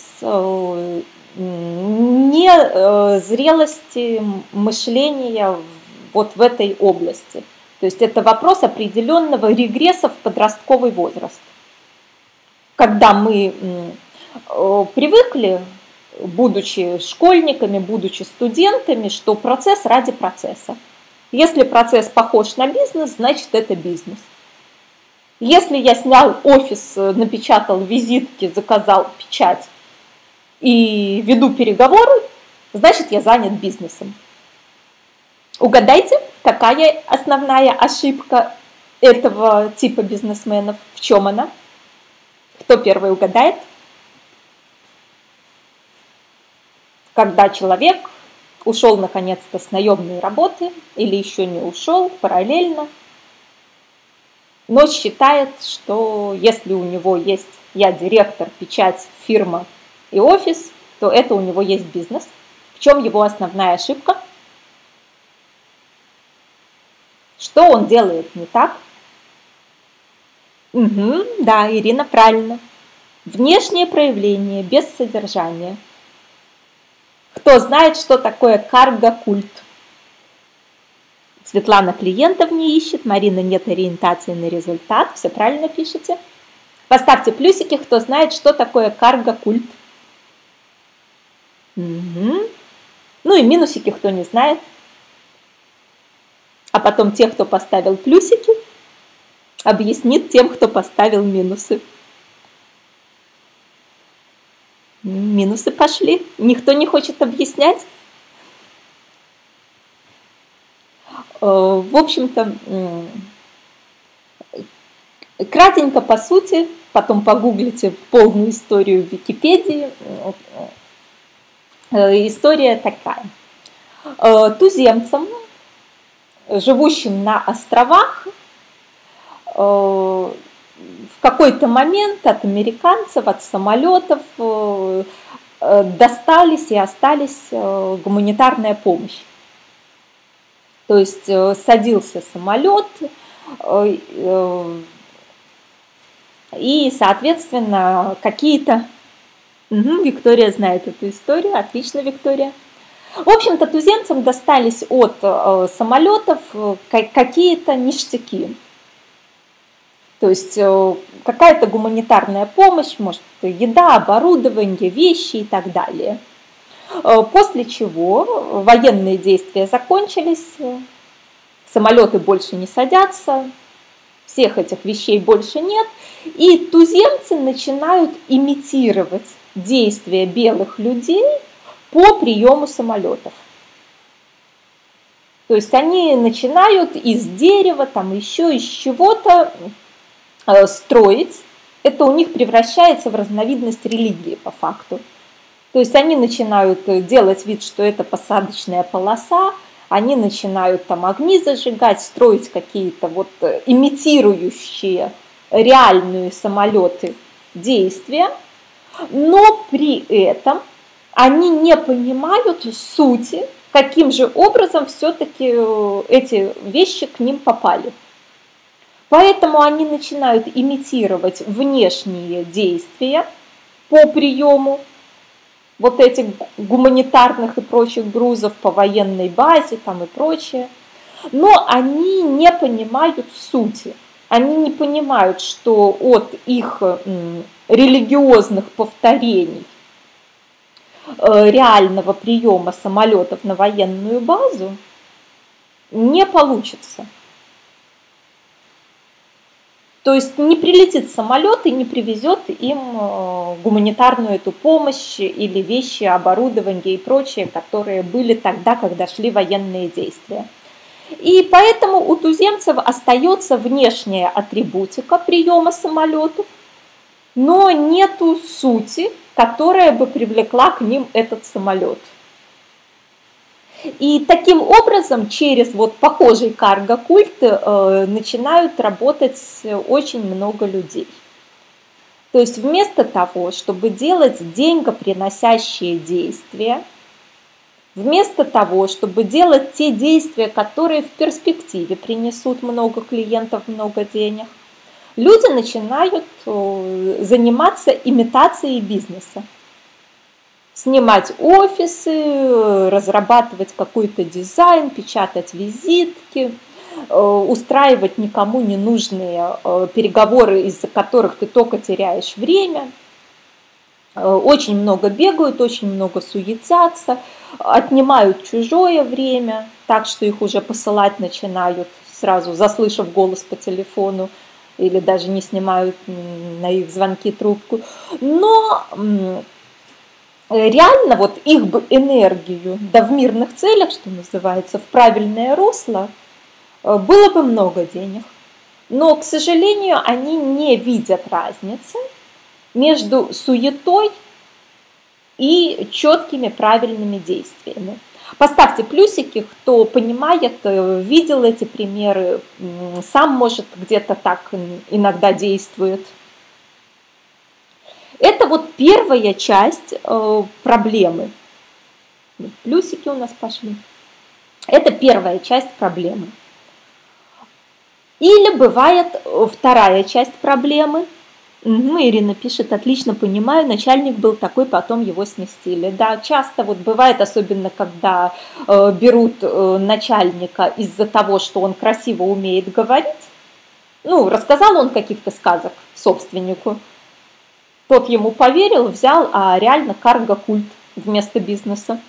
незрелости мышления вот в этой области. То есть это вопрос определенного регресса в подростковый возраст. Когда мы привыкли, будучи школьниками, будучи студентами, что процесс ради процесса. Если процесс похож на бизнес, значит это бизнес. Если я снял офис, напечатал визитки, заказал печать и веду переговоры, значит я занят бизнесом. Угадайте, какая основная ошибка этого типа бизнесменов? В чем она? Кто первый угадает? Когда человек ушел наконец-то с наемной работы или еще не ушел параллельно, но считает, что если у него есть я директор, печать, фирма и офис, то это у него есть бизнес. В чем его основная ошибка? Что он делает не так? Угу, да, Ирина, правильно. Внешнее проявление без содержания. Кто знает, что такое карго-культ? Светлана клиентов не ищет, Марина нет ориентации на результат. Все правильно пишете. Поставьте плюсики, кто знает, что такое карго-культ. Угу. Ну и минусики, кто не знает. А потом те, кто поставил плюсики, объяснит тем, кто поставил минусы. Минусы пошли. Никто не хочет объяснять. В общем-то, кратенько по сути, потом погуглите полную историю в Википедии. История такая. Туземцам, живущим на островах, в какой-то момент от американцев, от самолетов достались и остались гуманитарная помощь. То есть садился самолет, и, соответственно, какие-то... Угу, Виктория знает эту историю, отлично, Виктория. В общем-то, туземцам достались от самолетов какие-то ништяки. То есть какая-то гуманитарная помощь, может, еда, оборудование, вещи и так далее. После чего военные действия закончились, самолеты больше не садятся, всех этих вещей больше нет, и туземцы начинают имитировать действия белых людей по приему самолетов. То есть они начинают из дерева, там еще из чего-то строить. Это у них превращается в разновидность религии по факту. То есть они начинают делать вид, что это посадочная полоса, они начинают там огни зажигать, строить какие-то вот имитирующие реальные самолеты действия, но при этом они не понимают сути, каким же образом все-таки эти вещи к ним попали. Поэтому они начинают имитировать внешние действия по приему вот этих гуманитарных и прочих грузов по военной базе там и прочее. Но они не понимают сути. Они не понимают, что от их религиозных повторений реального приема самолетов на военную базу не получится. То есть не прилетит самолет и не привезет им гуманитарную эту помощь или вещи, оборудование и прочее, которые были тогда, когда шли военные действия. И поэтому у туземцев остается внешняя атрибутика приема самолетов, но нету сути, которая бы привлекла к ним этот самолет. И таким образом через вот похожий карго-культ начинают работать очень много людей. То есть вместо того, чтобы делать деньгоприносящие действия, вместо того, чтобы делать те действия, которые в перспективе принесут много клиентов, много денег, люди начинают заниматься имитацией бизнеса. Снимать офисы, разрабатывать какой-то дизайн, печатать визитки, устраивать никому не нужные переговоры, из-за которых ты только теряешь время. Очень много бегают, очень много суетятся, отнимают чужое время, так что их уже посылать начинают, сразу заслышав голос по телефону, или даже не снимают на их звонки трубку. Но реально вот их бы энергию, да в мирных целях, что называется, в правильное русло, было бы много денег. Но, к сожалению, они не видят разницы между суетой и четкими правильными действиями. Поставьте плюсики, кто понимает, видел эти примеры, сам, может, где-то так иногда действует. Это вот первая часть проблемы. Плюсики у нас пошли. Это первая часть проблемы. Или бывает вторая часть проблемы. Ирина пишет, отлично понимаю, начальник был такой, потом его сместили. Да, часто вот бывает, особенно когда берут начальника из-за того, что он красиво умеет говорить. Ну, рассказал он каких-то сказок собственнику. Тот ему поверил, взял, а реально карго-культ вместо бизнеса.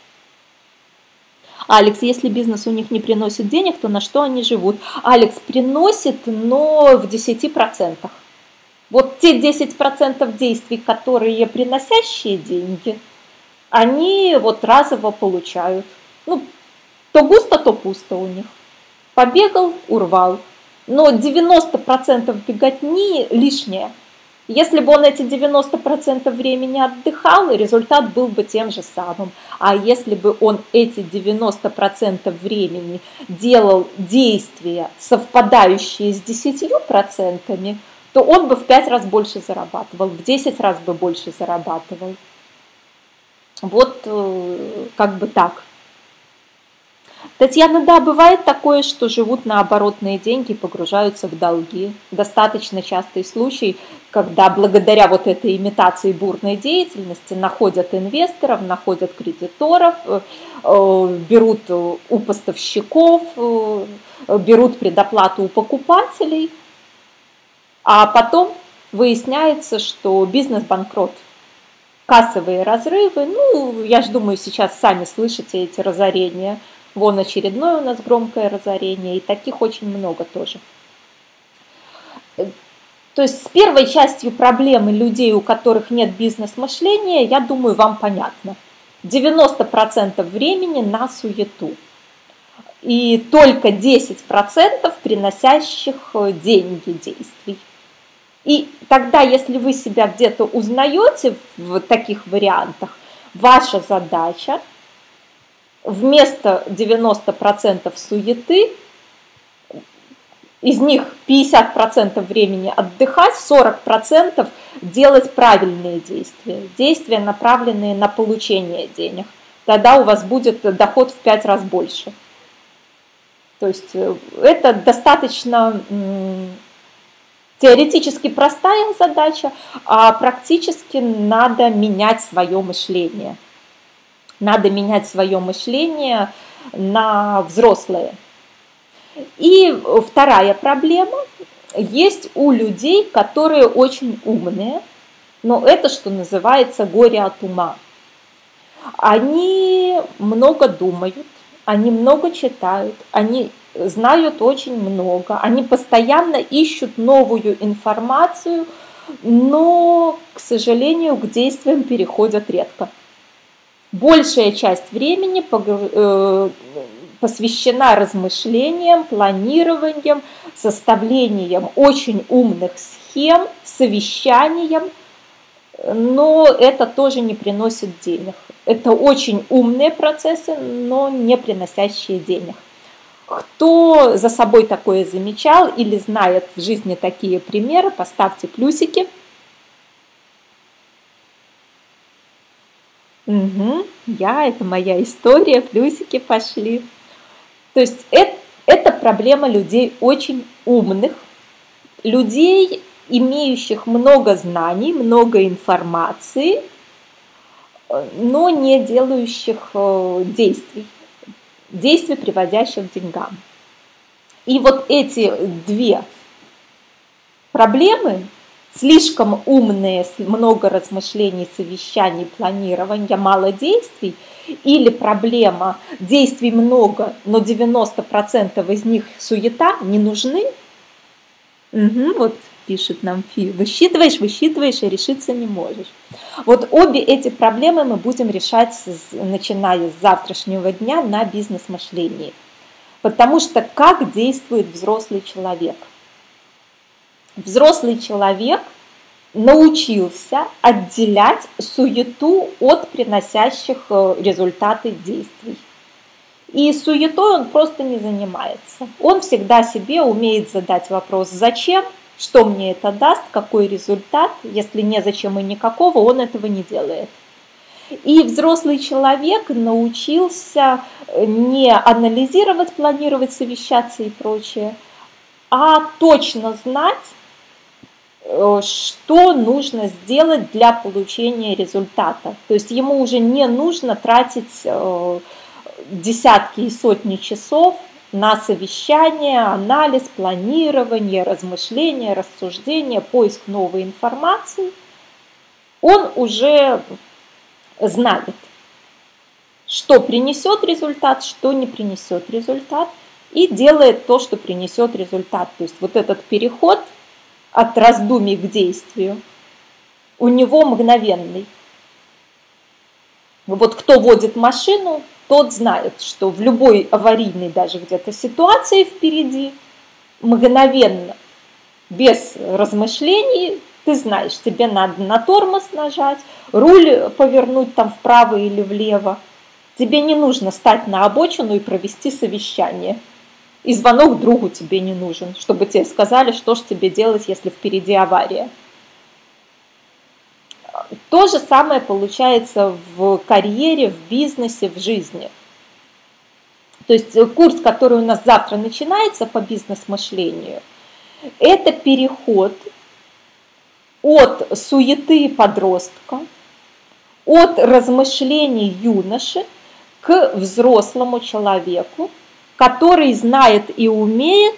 Алекс, если бизнес у них не приносит денег, то на что они живут? Алекс, приносит, но в 10%. Вот те 10% действий, которые приносящие деньги, они вот разово получают. Ну, то густо, то пусто у них. Побегал, урвал. Но 90% беготни лишнее. Если бы он эти 90% времени отдыхал, результат был бы тем же самым. А если бы он эти 90% времени делал действия, совпадающие с 10%, то он бы в 5 раз больше зарабатывал, в 10 раз бы больше зарабатывал. Вот как бы так. Татьяна, да, бывает такое, что живут на оборотные деньги, погружаются в долги. Достаточно частый случай, когда благодаря вот этой имитации бурной деятельности находят инвесторов, находят кредиторов, берут у поставщиков, берут предоплату у покупателей, а потом выясняется, что бизнес банкрот. Кассовые разрывы, ну, я же думаю, сейчас сами слышите эти разорения. Вон очередное у нас громкое разорение, и таких очень много тоже. То есть с первой частью проблемы людей, у которых нет бизнес-мышления, я думаю, вам понятно. 90% времени на суету. И только 10% приносящих деньги действий. И тогда, если вы себя где-то узнаете в таких вариантах, ваша задача вместо 90% суеты, из них 50% времени отдыхать, 40% делать правильные действия. Действия, направленные на получение денег. Тогда у вас будет доход в 5 раз больше. То есть это достаточно теоретически простая задача, а практически надо менять свое мышление. Надо менять свое мышление на взрослое. И вторая проблема. Есть у людей, которые очень умные, Но это, что называется, горе от ума. Они много думают, они много читают, они знают очень много, они постоянно ищут новую информацию, но, к сожалению, к действиям переходят редко. Большая часть времени посвящена размышлениям, планированиям, составлением очень умных схем, совещаниям, но это тоже не приносит денег. Это очень умные процессы, но не приносящие денег. Кто за собой такое замечал или знает в жизни такие примеры, поставьте плюсики. Угу, это моя история, плюсики пошли. То есть это проблема людей очень умных, людей, имеющих много знаний, много информации, но не делающих действий, приводящих к деньгам. И вот эти две проблемы, слишком умные, много размышлений, совещаний, планирования, мало действий, или проблема действий много, но 90% из них суета, не нужны. Угу, вот пишет нам Фи, высчитываешь, и решиться не можешь. Вот обе эти проблемы мы будем решать, начиная с завтрашнего дня, на бизнес-мышлении. Потому что как действует взрослый человек? Взрослый человек научился отделять суету от приносящих результаты действий. И суетой он просто не занимается. Он всегда себе умеет задать вопрос «зачем?», «что мне это даст?», «какой результат?». Если незачем и никакого, он этого не делает. И взрослый человек научился не анализировать, планировать, совещаться и прочее, а точно знать, что нужно сделать для получения результата. То есть ему уже не нужно тратить десятки и сотни часов на совещание, анализ, планирование, размышления, рассуждение, поиск новой информации. Он уже знает, что принесет результат, что не принесет результат, и делает то, что принесет результат. То есть вот этот переход от раздумий к действию у него мгновенный. Вот кто водит машину, тот знает, что в любой аварийной даже где-то ситуации впереди, мгновенно, без размышлений, ты знаешь, тебе надо на тормоз нажать, руль повернуть там вправо или влево. Тебе не нужно стать на обочину и провести совещание. И звонок другу тебе не нужен, чтобы тебе сказали, что же тебе делать, если впереди авария. То же самое получается в карьере, в бизнесе, в жизни. То есть курс, который у нас завтра начинается по бизнес-мышлению, это переход от суеты подростка, от размышлений юноши к взрослому человеку, который знает и умеет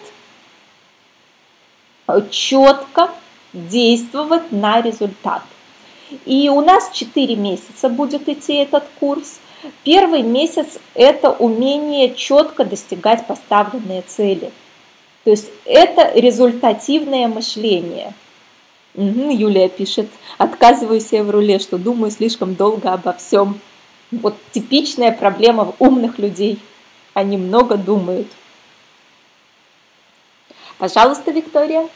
четко действовать на результат. И у нас 4 месяца будет идти этот курс. Первый месяц – это умение четко достигать поставленные цели. То есть это результативное мышление. Угу, Юлия пишет, отказываюсь я в руле, что думаю слишком долго обо всем. Вот типичная проблема умных людей. Они много думают. Пожалуйста, Виктория.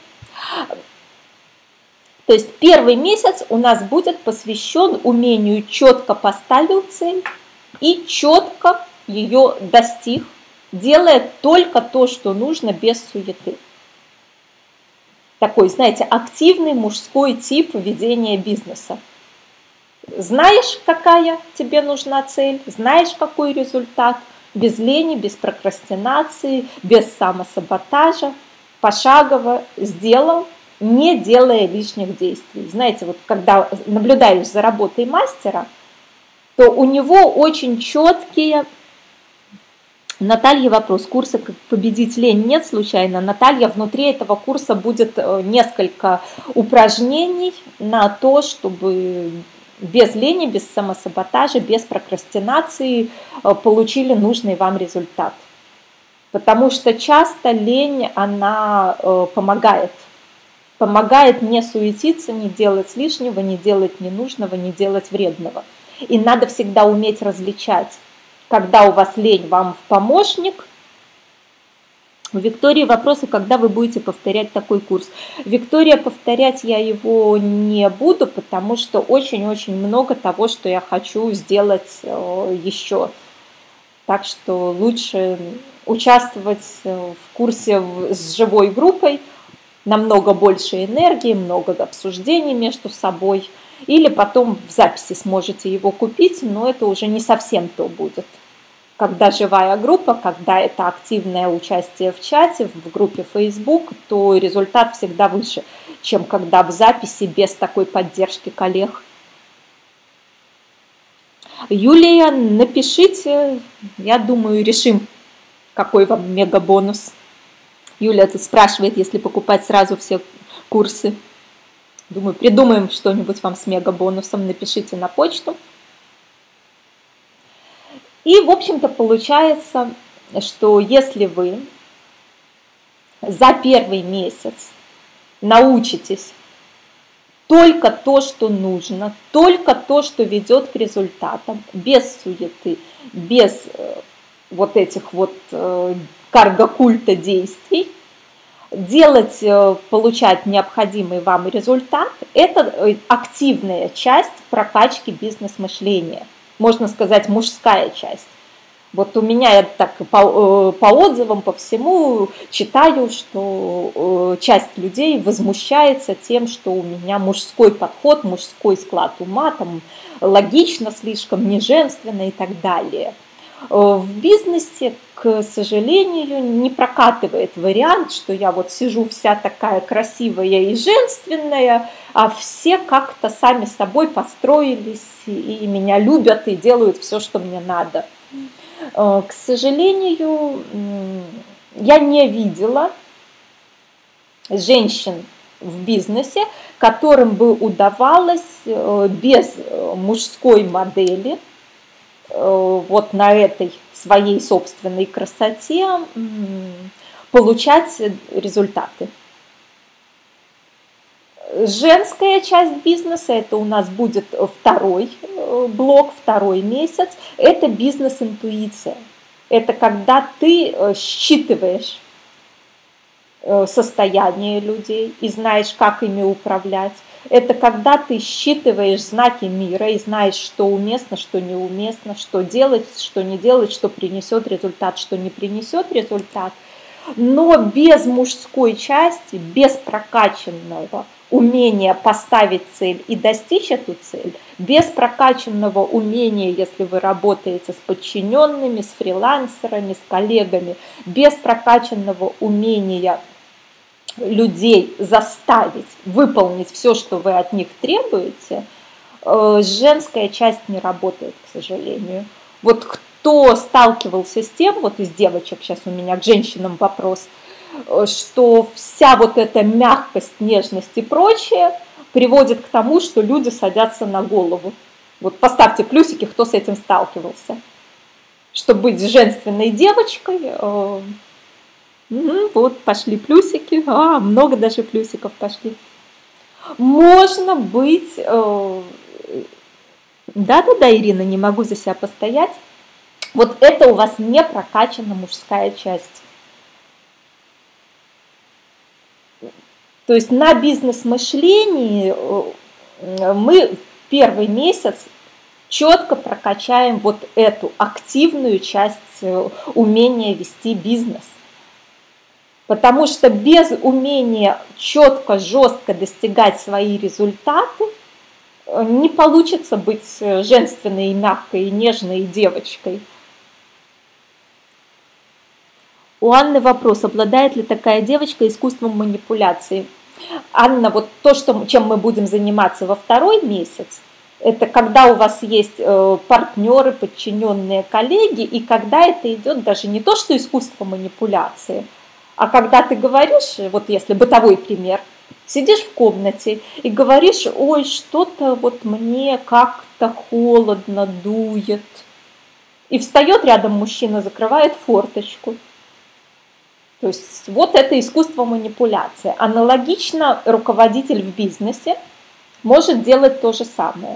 То есть первый месяц у нас будет посвящен умению четко поставил цель и четко ее достиг, делая только то, что нужно, без суеты. Такой, знаете, активный мужской тип ведения бизнеса. Знаешь, какая тебе нужна цель, знаешь, какой результат, без лени, без прокрастинации, без самосаботажа, пошагово сделал, не делая лишних действий. Знаете, вот когда наблюдаешь за работой мастера, то у него очень четкие Наталья вопрос. Курса «Как победить лень» нет случайно? Наталья, внутри этого курса будет несколько упражнений на то, чтобы без лени, без самосаботажа, без прокрастинации получили нужный вам результат. Потому что часто лень, она помогает. Помогает не суетиться, не делать лишнего, не делать ненужного, не делать вредного. И надо всегда уметь различать, когда у вас лень вам в помощник. У Виктории вопросы, когда вы будете повторять такой курс. Виктория, повторять я его не буду, потому что очень-очень много того, что я хочу сделать еще. Так что лучше участвовать в курсе с живой группой, намного больше энергии, много обсуждений между собой. Или потом в записи сможете его купить, но это уже не совсем то будет. Когда живая группа, когда это активное участие в чате, в группе Facebook, то результат всегда выше, чем когда в записи без такой поддержки коллег. Юлия, напишите, я думаю, решим, какой вам мега-бонус. Юлия тут спрашивает, если покупать сразу все курсы. Думаю, придумаем что-нибудь вам с мега-бонусом, напишите на почту. И, в общем-то, получается, что если вы за первый месяц научитесь только то, что нужно, только то, что ведет к результатам, без суеты, без вот этих вот карго-культа действий, делать, получать необходимый вам результат, это активная часть прокачки бизнес-мышления. Можно сказать, мужская часть. Вот у меня я так по отзывам, по всему читаю, что часть людей возмущается тем, что у меня мужской подход, мужской склад ума, там логично слишком, не женственно и так далее. В бизнесе, к сожалению, не прокатывает вариант, что я вот сижу вся такая красивая и женственная, а все как-то сами собой построились и меня любят и делают все, что мне надо. К сожалению, я не видела женщин в бизнесе, которым бы удавалось без мужской модели вот на этой своей собственной красоте получать результаты. Женская часть бизнеса, это у нас будет второй блок, второй месяц, это бизнес-интуиция. Это когда ты считываешь состояние людей и знаешь, как ими управлять. Это когда ты считываешь знаки мира и знаешь, что уместно, что неуместно, что делать, что не делать, что принесет результат, что не принесет результат. Но без мужской части, без прокачанного умения поставить цель и достичь эту цель, без прокачанного умения, если вы работаете с подчиненными, с фрилансерами, с коллегами, без прокачанного умения людей заставить выполнить все, что вы от них требуете, женская часть не работает, к сожалению. Вот кто сталкивался с тем, вот из девочек сейчас у меня к женщинам вопрос, что вся вот эта мягкость, нежность и прочее приводит к тому, что люди садятся на голову. Вот поставьте плюсики, кто с этим сталкивался. Чтобы быть женственной девочкой, вот пошли плюсики, много даже плюсиков пошли. Можно быть, да-да-да, Ирина, не могу за себя постоять. Вот это у вас не прокачана мужская часть. То есть на бизнес-мышлении мы первый месяц четко прокачаем вот эту активную часть умения вести бизнес. Потому что без умения четко, жестко достигать свои результаты не получится быть женственной, мягкой, нежной девочкой. У Анны вопрос, обладает ли такая девочка искусством манипуляции? Анна, вот то, чем мы будем заниматься во второй месяц, Это когда у вас есть партнеры, подчиненные, коллеги, и когда это идет даже не то, что искусство манипуляции, а когда ты говоришь, вот если бытовой пример, сидишь в комнате и говоришь: ой, что-то вот мне как-то холодно, дует. И встает рядом мужчина, закрывает форточку. То есть вот это искусство манипуляции. Аналогично руководитель в бизнесе может делать то же самое.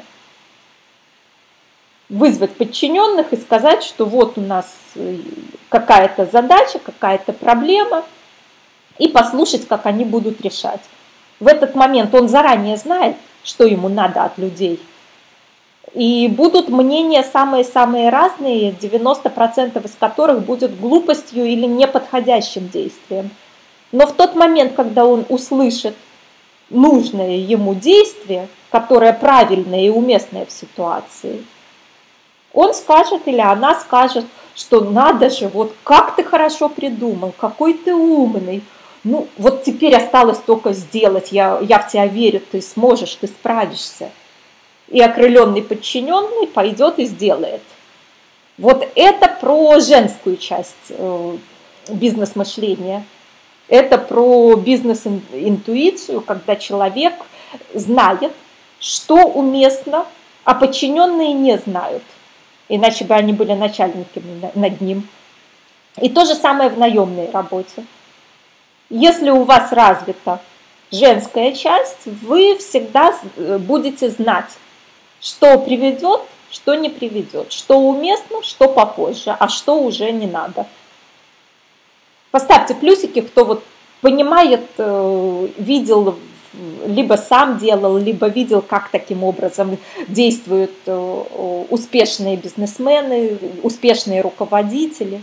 Вызвать подчиненных и сказать, что вот у нас какая-то задача, какая-то проблема, и послушать, как они будут решать. В этот момент он заранее знает, что ему надо от людей. И будут мнения самые-самые разные, 90% из которых будет глупостью или неподходящим действием. Но в тот момент, когда он услышит нужное ему действие, которое правильное и уместное в ситуации, он скажет или она скажет, что надо же, вот как ты хорошо придумал, какой ты умный. Ну, вот теперь осталось только сделать, я в тебя верю, ты сможешь, ты справишься. И окрыленный подчиненный пойдет и сделает. Вот это про женскую часть бизнес-мышления. Это про бизнес-интуицию, когда человек знает, что уместно, а подчиненные не знают. Иначе бы они были начальниками над ним. И то же самое в наемной работе. Если у вас развита женская часть, вы всегда будете знать, что приведет, что не приведет, что уместно, что попозже, а что уже не надо. Поставьте плюсики, кто вот понимает, видел, либо сам делал, либо видел, как таким образом действуют успешные бизнесмены, успешные руководители.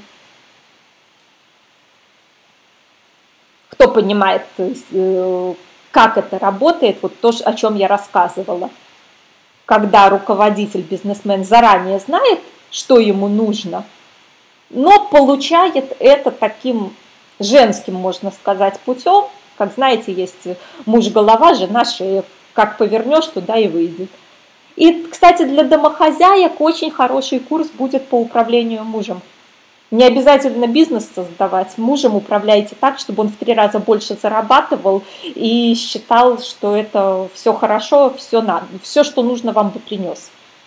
Кто понимает, как это работает, вот то, о чем я рассказывала. Когда руководитель, бизнесмен заранее знает, что ему нужно, но получает это таким женским, можно сказать, путем. Как знаете, есть муж голова, жена шея. Как повернешь, туда и выйдет. И, кстати, для домохозяек очень хороший курс будет по управлению мужем. Не обязательно бизнес создавать. Мужем управляйте так, чтобы он в 3 раза больше зарабатывал и считал, что это все хорошо, все надо, все, что нужно, вам бы принес.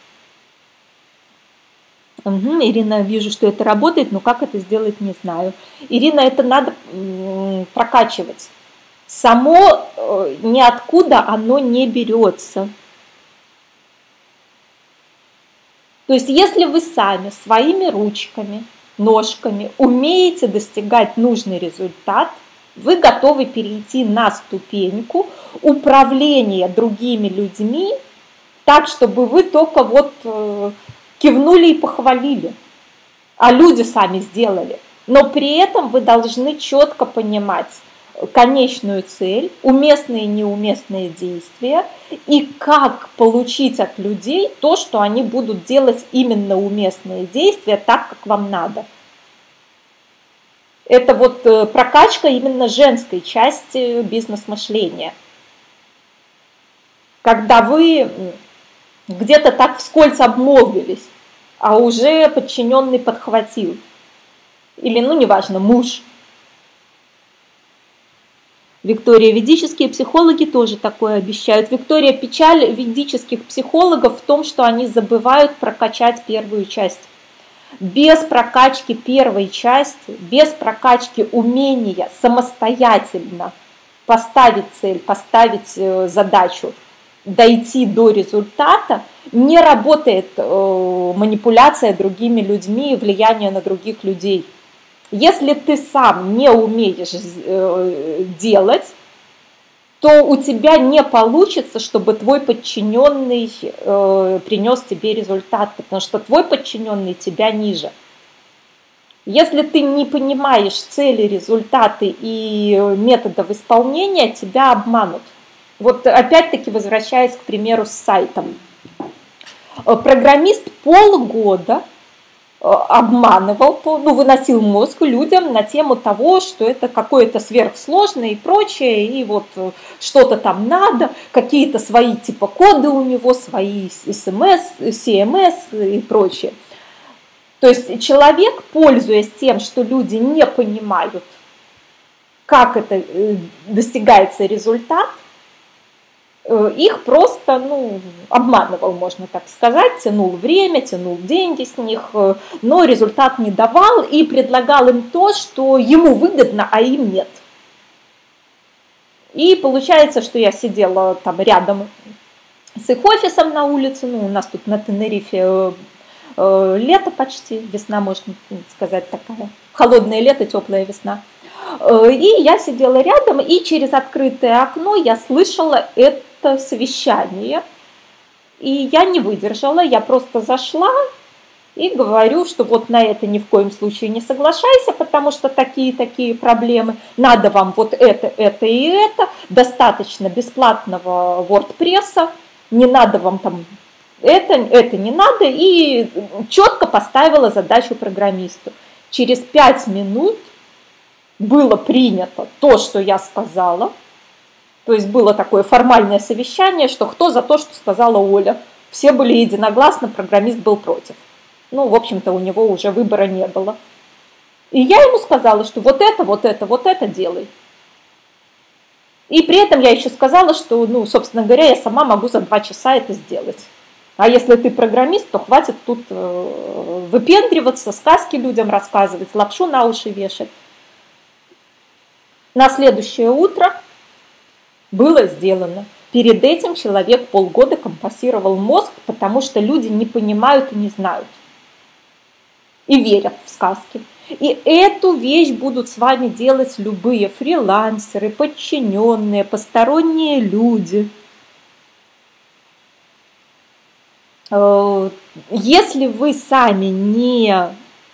Угу, Ирина, вижу, что это работает, но как это сделать, не знаю. Ирина, это надо прокачивать. Само ниоткуда оно не берется. То есть, если вы сами своими ручками, ножками умеете достигать нужный результат, вы готовы перейти на ступеньку управления другими людьми так, чтобы вы только вот кивнули и похвалили, а люди сами сделали. Но при этом вы должны четко понимать конечную цель, уместные и неуместные действия, и как получить от людей то, что они будут делать именно уместные действия так, как вам надо. Это вот прокачка именно женской части бизнес-мышления. Когда вы где-то так вскользь обмолвились, а уже подчиненный подхватил. Или, неважно, муж. Виктория, ведические психологи тоже такое обещают. Виктория, печаль ведических психологов в том, что они забывают прокачать первую часть. Без прокачки первой части, без прокачки умения самостоятельно поставить цель, поставить задачу, дойти до результата, не работает манипуляция другими людьми и влияние на других людей. Если ты сам не умеешь делать, то у тебя не получится, чтобы твой подчиненный принес тебе результат, потому что твой подчиненный тебя ниже. Если ты не понимаешь цели, результаты и методов исполнения, тебя обманут. Вот опять-таки возвращаясь к примеру с сайтом. Программист полгода обманывал, выносил мозг людям на тему того, что это какое-то сверхсложное и прочее, и вот что-то там надо, какие-то свои типа коды у него, свои СМС, CMS и прочее. То есть человек, пользуясь тем, что люди не понимают, как это достигается результат, их просто обманывал, можно так сказать, тянул время, тянул деньги с них, но результат не давал и предлагал им то, что ему выгодно, а им нет. И получается, что я сидела там рядом с их офисом на улице, у нас тут на Тенерифе лето почти, весна, можно сказать, такая, холодное лето, теплая весна. И я сидела рядом, и через открытое окно я слышала это совещание. И я не выдержала, я просто зашла и говорю, что вот на это ни в коем случае не соглашайся, потому что такие проблемы. Надо вам вот это и это, достаточно бесплатного WordPress, не надо вам там это не надо, и четко поставила задачу программисту. Через 5 минут было принято то, что я сказала, то есть было такое формальное совещание, что кто за то, что сказала Оля. Все были единогласно, программист был против. В общем-то, у него уже выбора не было. И я ему сказала, что вот это делай. И при этом я еще сказала, что, собственно говоря, я сама могу за 2 часа это сделать. А если ты программист, то хватит тут выпендриваться, сказки людям рассказывать, лапшу на уши вешать. На следующее утро было сделано. Перед этим человек полгода компасировал мозг, потому что люди не понимают и не знают. И верят в сказки. И эту вещь будут с вами делать любые фрилансеры, подчиненные, посторонние люди. Если вы сами не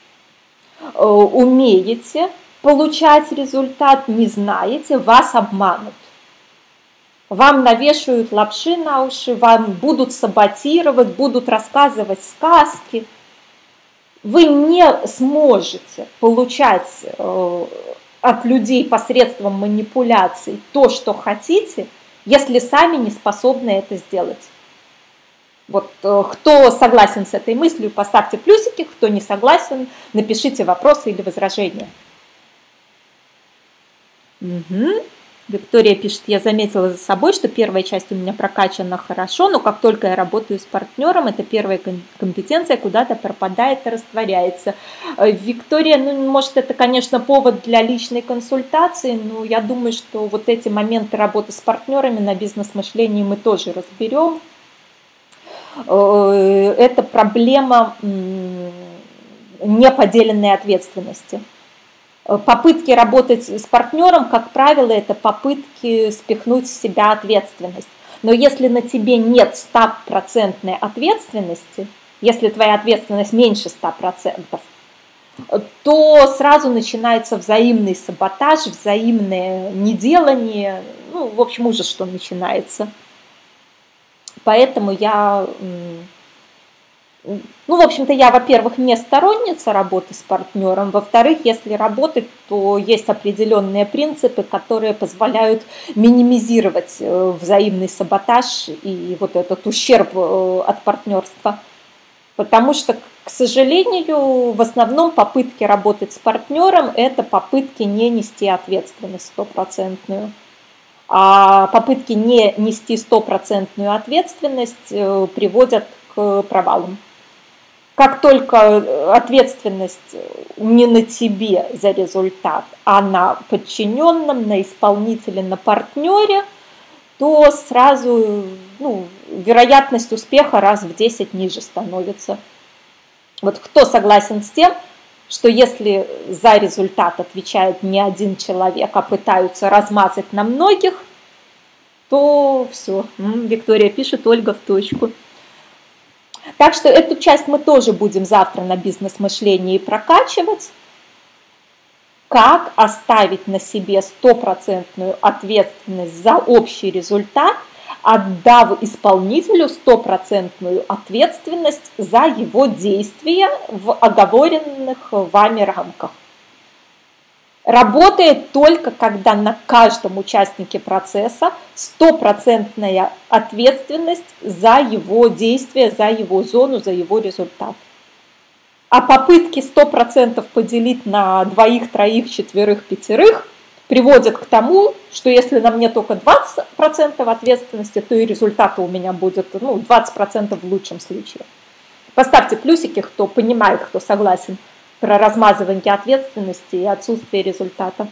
умеете получать результат, не знаете, вас обманут. Вам навешают лапши на уши, вам будут саботировать, будут рассказывать сказки. Вы не сможете получать от людей посредством манипуляций то, что хотите, если сами не способны это сделать. Вот кто согласен с этой мыслью, поставьте плюсики, кто не согласен, напишите вопросы или возражения. Угу. Виктория пишет, я заметила за собой, что первая часть у меня прокачана хорошо, но как только я работаю с партнером, эта первая компетенция куда-то пропадает и растворяется. Виктория, может, это, конечно, повод для личной консультации, но я думаю, что вот эти моменты работы с партнерами на бизнес-мышлении мы тоже разберем. Это проблема неподеленной ответственности. Попытки работать с партнером, как правило, это попытки спихнуть с себя ответственность. Но если на тебе нет 100% ответственности, если твоя ответственность меньше 100%, то сразу начинается взаимный саботаж, взаимное неделание, в общем, ужас, что начинается. Поэтому я... в общем-то, я, во-первых, не сторонница работы с партнером, во-вторых, если работать, то есть определенные принципы, которые позволяют минимизировать взаимный саботаж и вот этот ущерб от партнерства. Потому что, к сожалению, в основном попытки работать с партнером – это попытки не нести ответственность 100%. А попытки не нести 100% ответственность приводят к провалам. Как только ответственность не на тебе за результат, а на подчиненном, на исполнителе, на партнере, то сразу вероятность успеха раз в 10 ниже становится. Вот кто согласен с тем, что если за результат отвечает не один человек, а пытаются размазать на многих, то все. Виктория пишет, Ольга в точку. Так что эту часть мы тоже будем завтра на бизнес-мышлении прокачивать. Как оставить на себе 100% ответственность за общий результат, отдав исполнителю стопроцентную ответственность за его действия в оговоренных вами рамках. Работает только когда на каждом участнике процесса стопроцентная ответственность за его действия, за его зону, за его результат. А попытки 100% поделить на двоих, троих, четверых, пятерых приводят к тому, что если на мне только 20% ответственности, то и результата у меня будет 20% в лучшем случае. Поставьте плюсики, кто понимает, кто согласен про размазывание ответственности и отсутствие результата.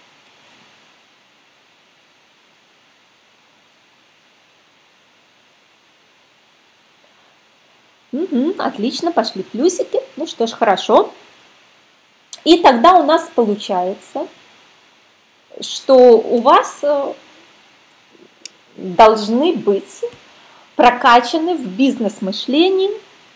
Отлично, пошли плюсики. Ну что ж, хорошо. И тогда у нас получается, что у вас должны быть прокачаны в бизнес-мышлении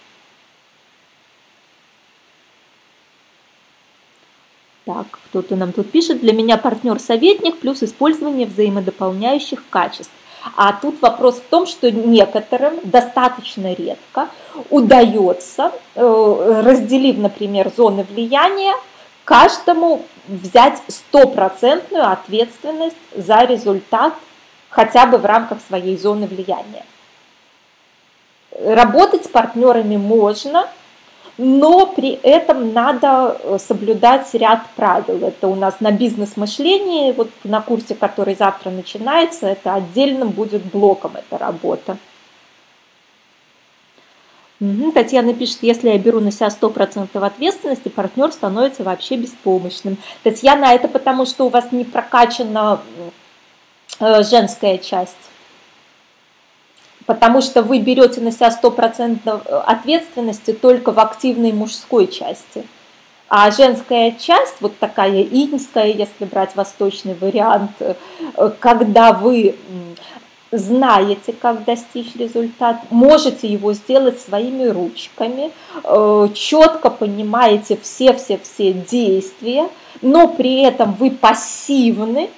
Так, кто-то нам тут пишет, для меня партнер-советник плюс использование взаимодополняющих качеств. А тут вопрос в том, что некоторым достаточно редко удается, разделив, например, зоны влияния, каждому взять стопроцентную ответственность за результат хотя бы в рамках своей зоны влияния. Работать с партнерами можно, но при этом надо соблюдать ряд правил. Это у нас на бизнес-мышлении, вот на курсе, который завтра начинается, это отдельным будет блоком эта работа. Татьяна пишет, если я беру на себя 100% ответственности, партнер становится вообще беспомощным. Татьяна, это потому, что у вас не прокачана женская часть. Потому что вы берете на себя 100% ответственности только в активной мужской части. А женская часть, вот такая иньская, если брать восточный вариант, когда вы знаете, как достичь результат, можете его сделать своими ручками, четко понимаете все действия, но при этом вы пассивны,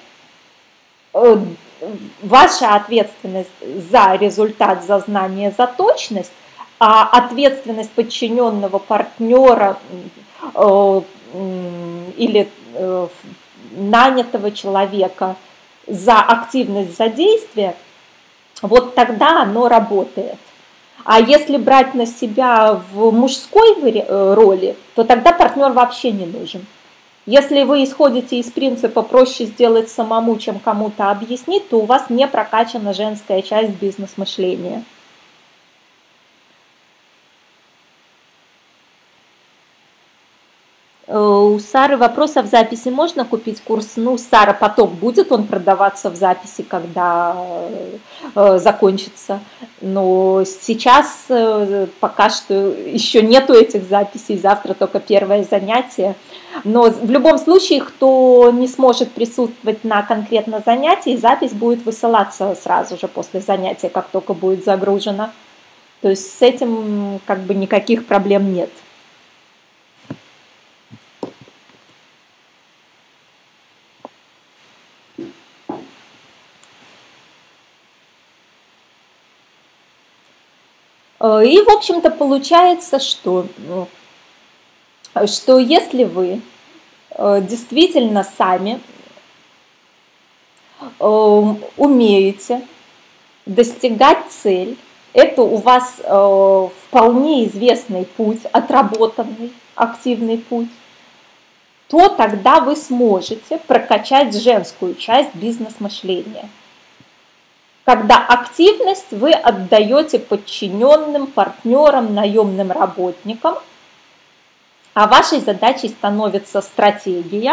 ваша ответственность за результат, за знание, за точность, а ответственность подчиненного партнера или нанятого человека за активность, за действие, вот тогда оно работает. А если брать на себя в мужской роли, то тогда партнер вообще не нужен. Если вы исходите из принципа проще сделать самому, чем кому-то объяснить, то у вас не прокачана женская часть бизнес-мышления. У Сары вопрос, а в записи можно купить курс? Ну, Сара, потом будет он продаваться в записи, когда закончится. Но сейчас пока что еще нету этих записей, завтра только первое занятие. Но в любом случае, кто не сможет присутствовать на конкретно занятии, запись будет высылаться сразу же после занятия, как только будет загружена. То есть с этим как бы никаких проблем нет. И, в общем-то, получается, что если вы действительно сами умеете достигать цель, это у вас вполне известный путь, отработанный, активный путь, то тогда вы сможете прокачать женскую часть бизнес-мышления. Когда активность вы отдаете подчиненным, партнерам, наемным работникам, а вашей задачей становится стратегия.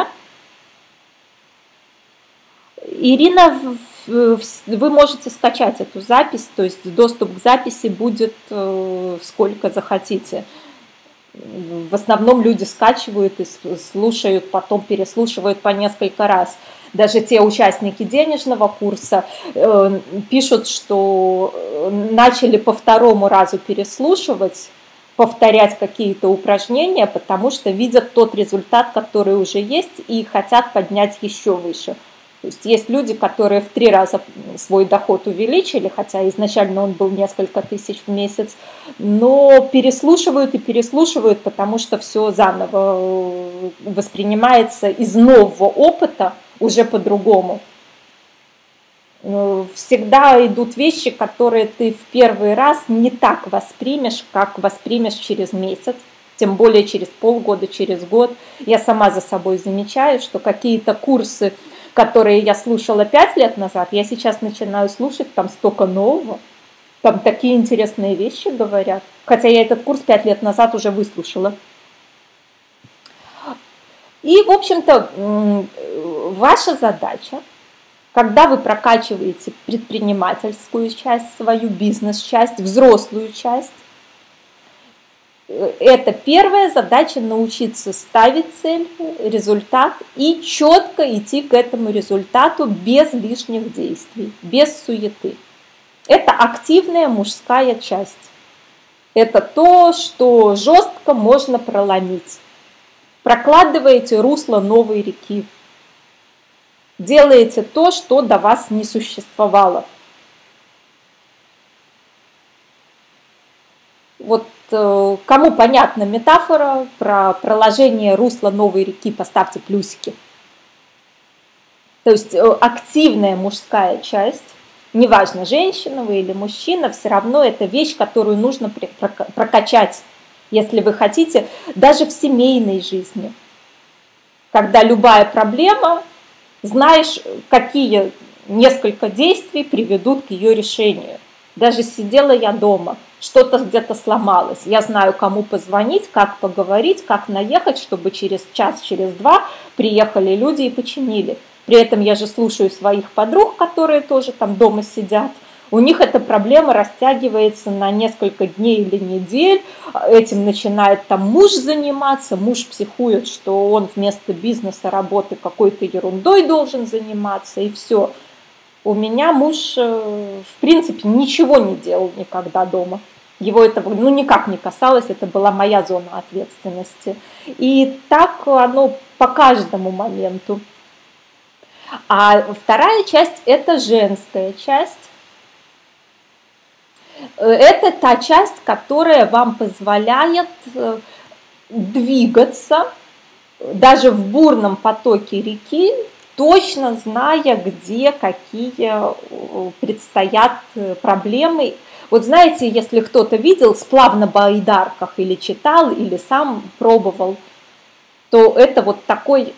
Ирина, вы можете скачать эту запись, то есть доступ к записи будет сколько захотите. В основном люди скачивают и слушают, потом переслушивают по несколько раз. Даже те участники денежного курса пишут, что начали по второму разу переслушивать, повторять какие-то упражнения, потому что видят тот результат, который уже есть, и хотят поднять еще выше. То есть люди, которые в 3 раза свой доход увеличили, хотя изначально он был несколько тысяч в месяц, но переслушивают и переслушивают, потому что все заново воспринимается из нового опыта уже по-другому. Всегда идут вещи, которые ты в первый раз не так воспримешь, как воспримешь через месяц, тем более через полгода, через год. Я сама за собой замечаю, что какие-то курсы, которые я слушала 5 лет назад, я сейчас начинаю слушать, там столько нового, там такие интересные вещи говорят. Хотя я этот курс 5 лет назад уже выслушала. И, в общем-то, ваша задача, когда вы прокачиваете предпринимательскую часть, свою бизнес-часть, взрослую часть, это первая задача — научиться ставить цель, результат и четко идти к этому результату без лишних действий, без суеты. Это активная мужская часть. Это то, что жестко можно проломить. Прокладываете русло новой реки. Делаете то, что до вас не существовало. Вот кому понятна метафора про проложение русла новой реки, поставьте плюсики. То есть активная мужская часть, неважно, женщина вы или мужчина, все равно это вещь, которую нужно прокачать, если вы хотите, даже в семейной жизни. Когда любая проблема, знаешь, какие несколько действий приведут к ее решению. Даже сидела я дома, что-то где-то сломалось. Я знаю, кому позвонить, как поговорить, как наехать, чтобы через час, через два приехали люди и починили. При этом я же слушаю своих подруг, которые тоже там дома сидят. У них эта проблема растягивается на несколько дней или недель. Этим начинает там муж заниматься. Муж психует, что он вместо бизнеса, работы какой-то ерундой должен заниматься, и все. У меня муж, в принципе, ничего не делал никогда дома. Его это никак не касалось, это была моя зона ответственности. И так оно по каждому моменту. А вторая часть – это женская часть. Это та часть, которая вам позволяет двигаться даже в бурном потоке реки, точно зная, где какие предстоят проблемы. Вот знаете, если кто-то видел сплав на байдарках или читал, или сам пробовал, то это вот такой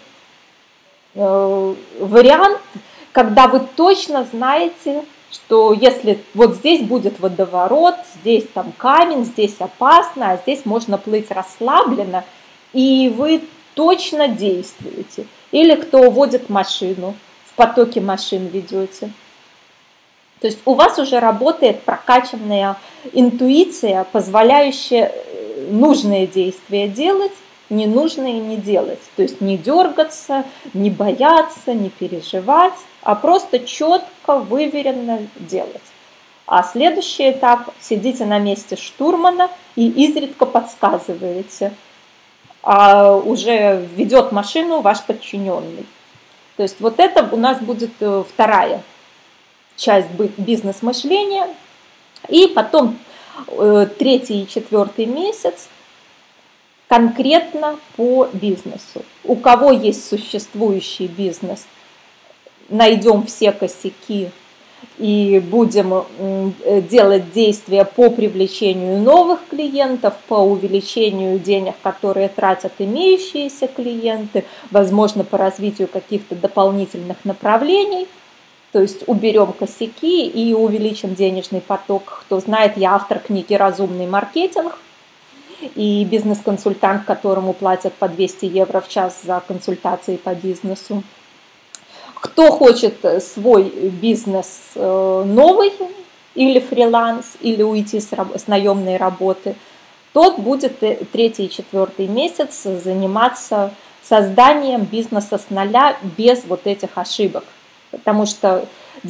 вариант, когда вы точно знаете, что если вот здесь будет водоворот, здесь там камень, здесь опасно, а здесь можно плыть расслабленно, и вы точно действуете. Или кто водит машину, в потоке машин ведете. То есть у вас уже работает прокачанная интуиция, позволяющая нужные действия делать, ненужные не делать. То есть не дергаться, не бояться, не переживать, а просто четко, выверенно делать. А следующий этап – сидите на месте штурмана и изредка подсказываете. А уже ведет машину ваш подчиненный. То есть вот это у нас будет вторая часть бизнес-мышления. И потом 3-й и 4-й месяц конкретно по бизнесу. У кого есть существующий бизнес, найдем все косяки и будем делать действия по привлечению новых клиентов, по увеличению денег, которые тратят имеющиеся клиенты, возможно, по развитию каких-то дополнительных направлений. То есть уберем косяки и увеличим денежный поток. Кто знает, я автор книги «Разумный маркетинг» и бизнес-консультант, которому платят по 200 евро в час за консультации по бизнесу. Кто хочет свой бизнес новый, или фриланс, или уйти с наемной работы, тот будет 3-й и 4-й месяц заниматься созданием бизнеса с нуля без вот этих ошибок. Потому что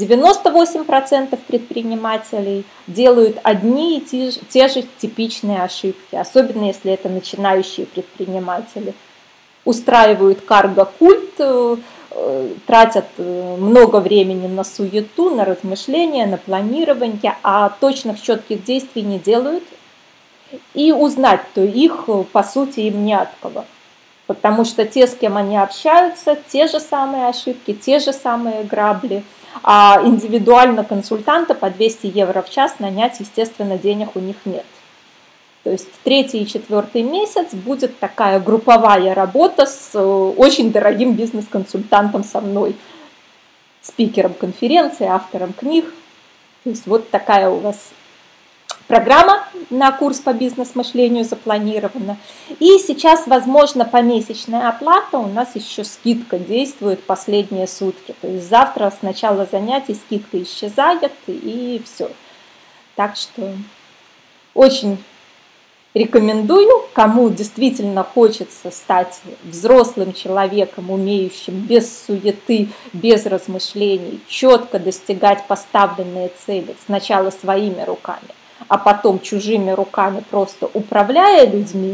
98% предпринимателей делают одни и те же типичные ошибки, особенно если это начинающие предприниматели. Устраивают карго-культ, тратят много времени на суету, на размышления, на планирование, а точных четких действий не делают. И узнать-то их, по сути, им не от кого. Потому что те, с кем они общаются, те же самые ошибки, те же самые грабли. А индивидуально консультанта по 200 евро в час нанять, естественно, денег у них нет. То есть 3-й и 4-й месяц будет такая групповая работа с очень дорогим бизнес-консультантом со мной, спикером конференции, автором книг. То есть вот такая у вас программа на курс по бизнес-мышлению запланирована. И сейчас, возможно, помесячная оплата, у нас еще скидка действует последние сутки. То есть завтра с начала занятий скидка исчезает и все. Так что очень рекомендую, кому действительно хочется стать взрослым человеком, умеющим без суеты, без размышлений, четко достигать поставленные цели сначала своими руками, а потом чужими руками, просто управляя людьми.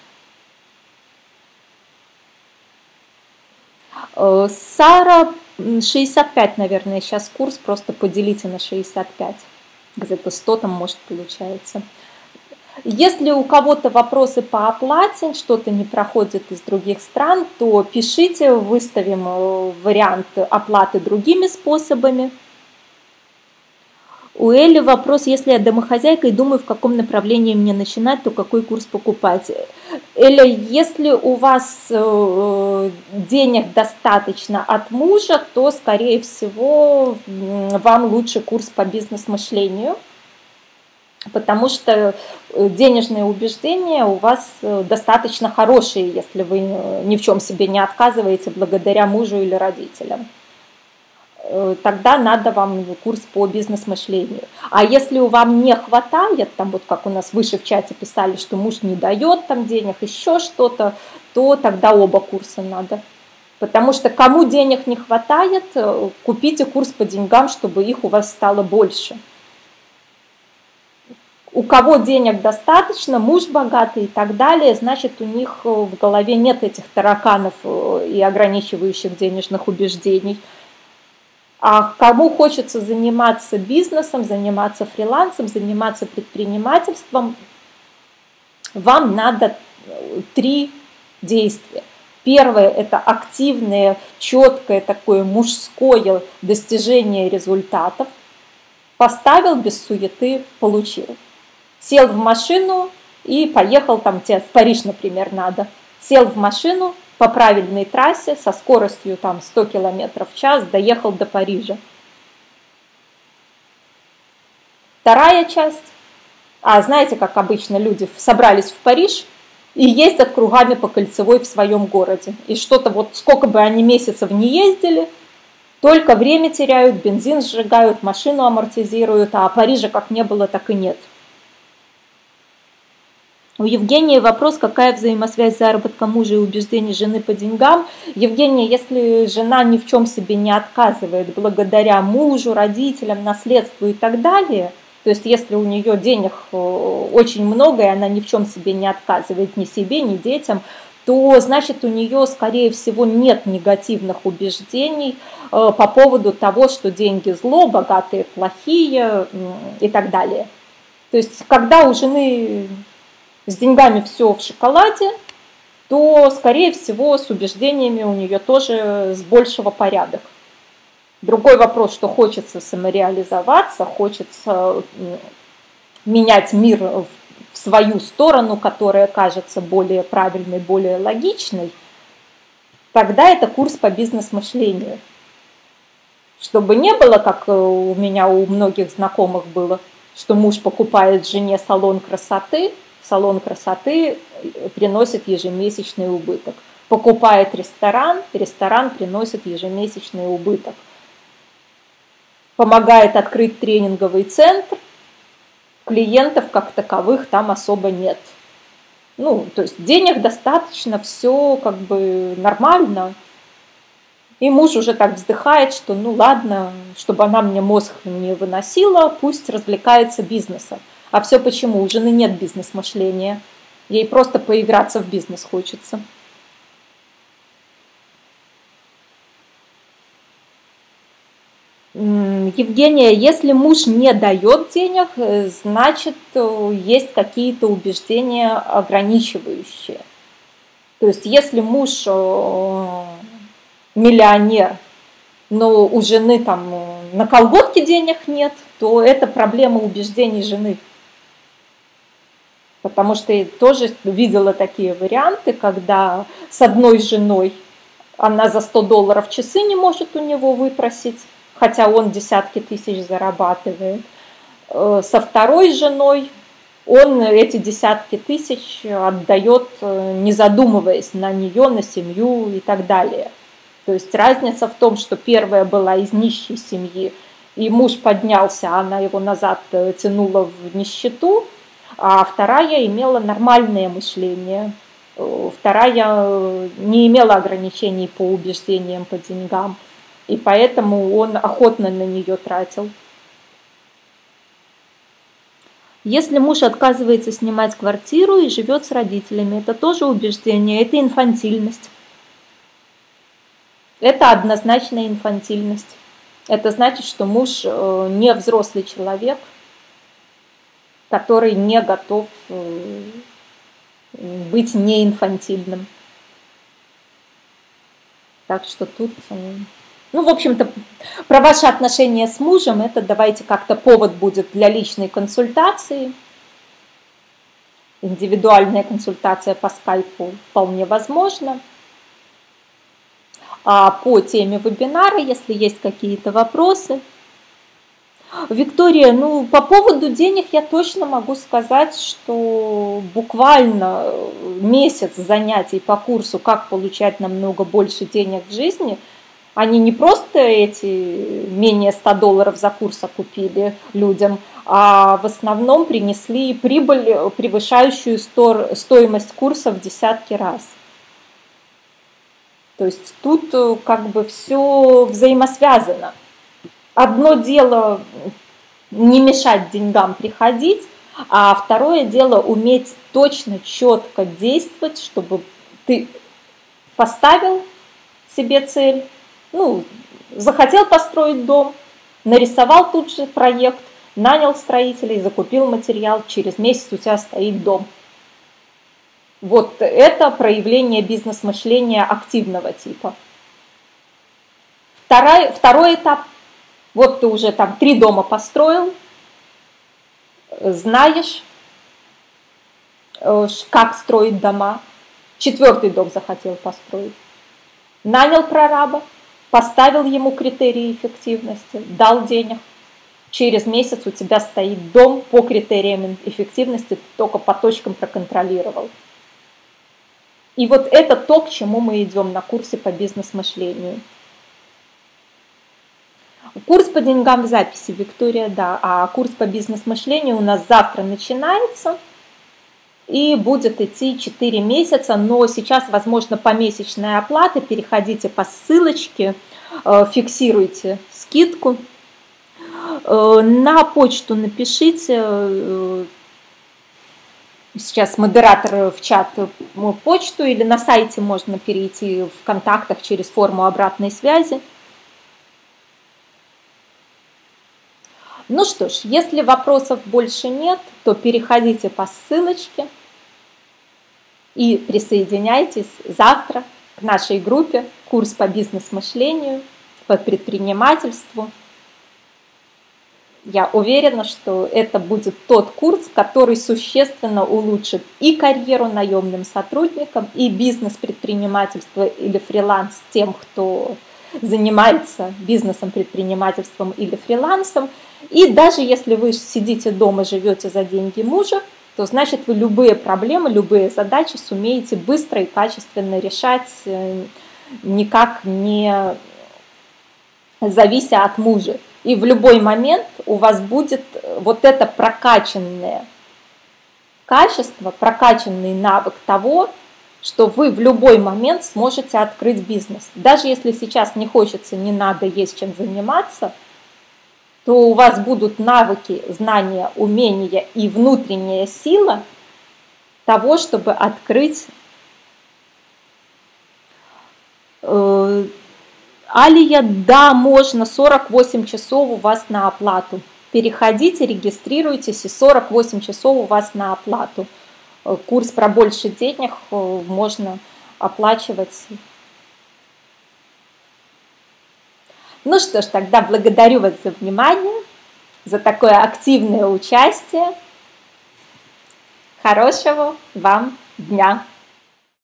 Сара, 65, наверное, сейчас курс, просто поделите на 65. Где-то 100 там, может, получается. Если у кого-то вопросы по оплате, что-то не проходит из других стран, то пишите, выставим вариант оплаты другими способами. У Эли вопрос: если я домохозяйка и думаю, в каком направлении мне начинать, то какой курс покупать? Эля, если у вас денег достаточно от мужа, то, скорее всего, вам лучше курс по бизнес-мышлению, потому что денежные убеждения у вас достаточно хорошие, если вы ни в чем себе не отказываете благодаря мужу или родителям. Тогда надо вам курс по бизнес-мышлению. А если у вам не хватает, там вот как у нас выше в чате писали, что муж не дает там денег, еще что-то, то тогда оба курса надо. Потому что кому денег не хватает, купите курс по деньгам, чтобы их у вас стало больше. У кого денег достаточно, муж богатый и так далее, значит, у них в голове нет этих тараканов и ограничивающих денежных убеждений. А кому хочется заниматься бизнесом, заниматься фрилансом, заниматься предпринимательством, вам надо 3 действия. Первое – это активное, четкое такое мужское достижение результатов. Поставил без суеты, получил. Сел в машину и поехал, там тебе в Париж, например, надо. Сел в машину по правильной трассе со скоростью там 100 км в час, доехал до Парижа. Вторая часть. Знаете, как обычно люди собрались в Париж и ездят кругами по кольцевой в своем городе. И что-то вот сколько бы они месяцев не ездили, только время теряют, бензин сжигают, машину амортизируют, а Парижа как не было, так и нет. У Евгении вопрос: какая взаимосвязь заработка мужа и убеждений жены по деньгам? Евгения, если жена ни в чем себе не отказывает благодаря мужу, родителям, наследству и так далее, то есть если у нее денег очень много, и она ни в чем себе не отказывает, ни себе, ни детям, то значит у нее, скорее всего, нет негативных убеждений по поводу того, что деньги зло, богатые плохие и так далее. То есть когда у жены с деньгами все в шоколаде, то, скорее всего, с убеждениями у нее тоже с большего порядок. Другой вопрос, что хочется самореализоваться, хочется менять мир в свою сторону, которая кажется более правильной, более логичной, тогда это курс по бизнес-мышлению. Чтобы не было, как у меня у многих знакомых было, что муж покупает жене салон красоты приносит ежемесячный убыток. Покупает ресторан приносит ежемесячный убыток. Помогает открыть тренинговый центр, клиентов как таковых там особо нет. То есть денег достаточно, все как бы нормально. И муж уже так вздыхает, что ладно, чтобы она мне мозг не выносила, пусть развлекается бизнесом. А все почему? У жены нет бизнес-мышления. Ей просто поиграться в бизнес хочется. Евгения, если муж не дает денег, значит, есть какие-то убеждения ограничивающие. То есть, если муж миллионер, но у жены там на колготки денег нет, то это проблема убеждений жены. Потому что я тоже видела такие варианты, когда с одной женой она за $100 часы не может у него выпросить, хотя он десятки тысяч зарабатывает. Со второй женой он эти десятки тысяч отдает, не задумываясь на нее, на семью и так далее. То есть разница в том, что первая была из нищей семьи, и муж поднялся, она его назад тянула в нищету, а вторая имела нормальное мышление. Вторая не имела ограничений по убеждениям, по деньгам, и поэтому он охотно на нее тратил. Если муж отказывается снимать квартиру и живет с родителями, это тоже убеждение, это инфантильность. Это однозначная инфантильность. Это значит, что муж не взрослый человек, который не готов быть неинфантильным. Так что тут, ну, в общем-то, про ваши отношения с мужем, это давайте как-то повод будет для личной консультации. Индивидуальная консультация по скайпу вполне возможна. А по теме вебинара, если есть какие-то вопросы. Виктория, ну, по поводу денег я точно могу сказать, что буквально месяц занятий по курсу «Как получать намного больше денег в жизни», они не просто эти менее $100 за курс окупили людям, а в основном принесли прибыль, превышающую стоимость курса в десятки раз. То есть тут как бы все взаимосвязано. Одно дело не мешать деньгам приходить, а второе дело уметь точно, четко действовать, чтобы ты поставил себе цель, ну, захотел построить дом, нарисовал тут же проект, нанял строителей, закупил материал, через месяц у тебя стоит дом. Вот это проявление бизнес-мышления активного типа. Второй этап. Вот ты уже там 3 дома построил, знаешь, как строить дома. 4-й дом захотел построить. Нанял прораба, поставил ему критерии эффективности, дал денег. Через месяц у тебя стоит дом по критериям эффективности, ты только по точкам проконтролировал. И вот это то, к чему мы идем на курсе по бизнес-мышлению. Курс по деньгам в записи, Виктория, да, а курс по бизнес-мышлению у нас завтра начинается и будет идти 4 месяца, но сейчас, возможно, помесячная оплата, переходите по ссылочке, фиксируйте скидку, на почту напишите, сейчас модератор в чат почту, или на сайте можно перейти в контактах через форму обратной связи. Ну что ж, если вопросов больше нет, то переходите по ссылочке и присоединяйтесь завтра к нашей группе «Курс по бизнес-мышлению», по предпринимательству. Я уверена, что это будет тот курс, который существенно улучшит и карьеру наемным сотрудникам, и бизнес-предпринимательство или фриланс тем, кто занимается бизнесом, предпринимательством или фрилансом. И даже если вы сидите дома, живете за деньги мужа, то значит вы любые проблемы, любые задачи сумеете быстро и качественно решать, никак не завися от мужа. И в любой момент у вас будет вот это прокачанное качество, прокачанный навык того, что вы в любой момент сможете открыть бизнес. Даже если сейчас не хочется, не надо, есть чем заниматься, то у вас будут навыки, знания, умения и внутренняя сила того, чтобы открыть Алия, да, можно, 48 часов у вас на оплату. Переходите, регистрируйтесь, и 48 часов у вас на оплату. Курс про больше денег можно оплачивать. Ну что ж, тогда благодарю вас за внимание, за такое активное участие. Хорошего вам дня!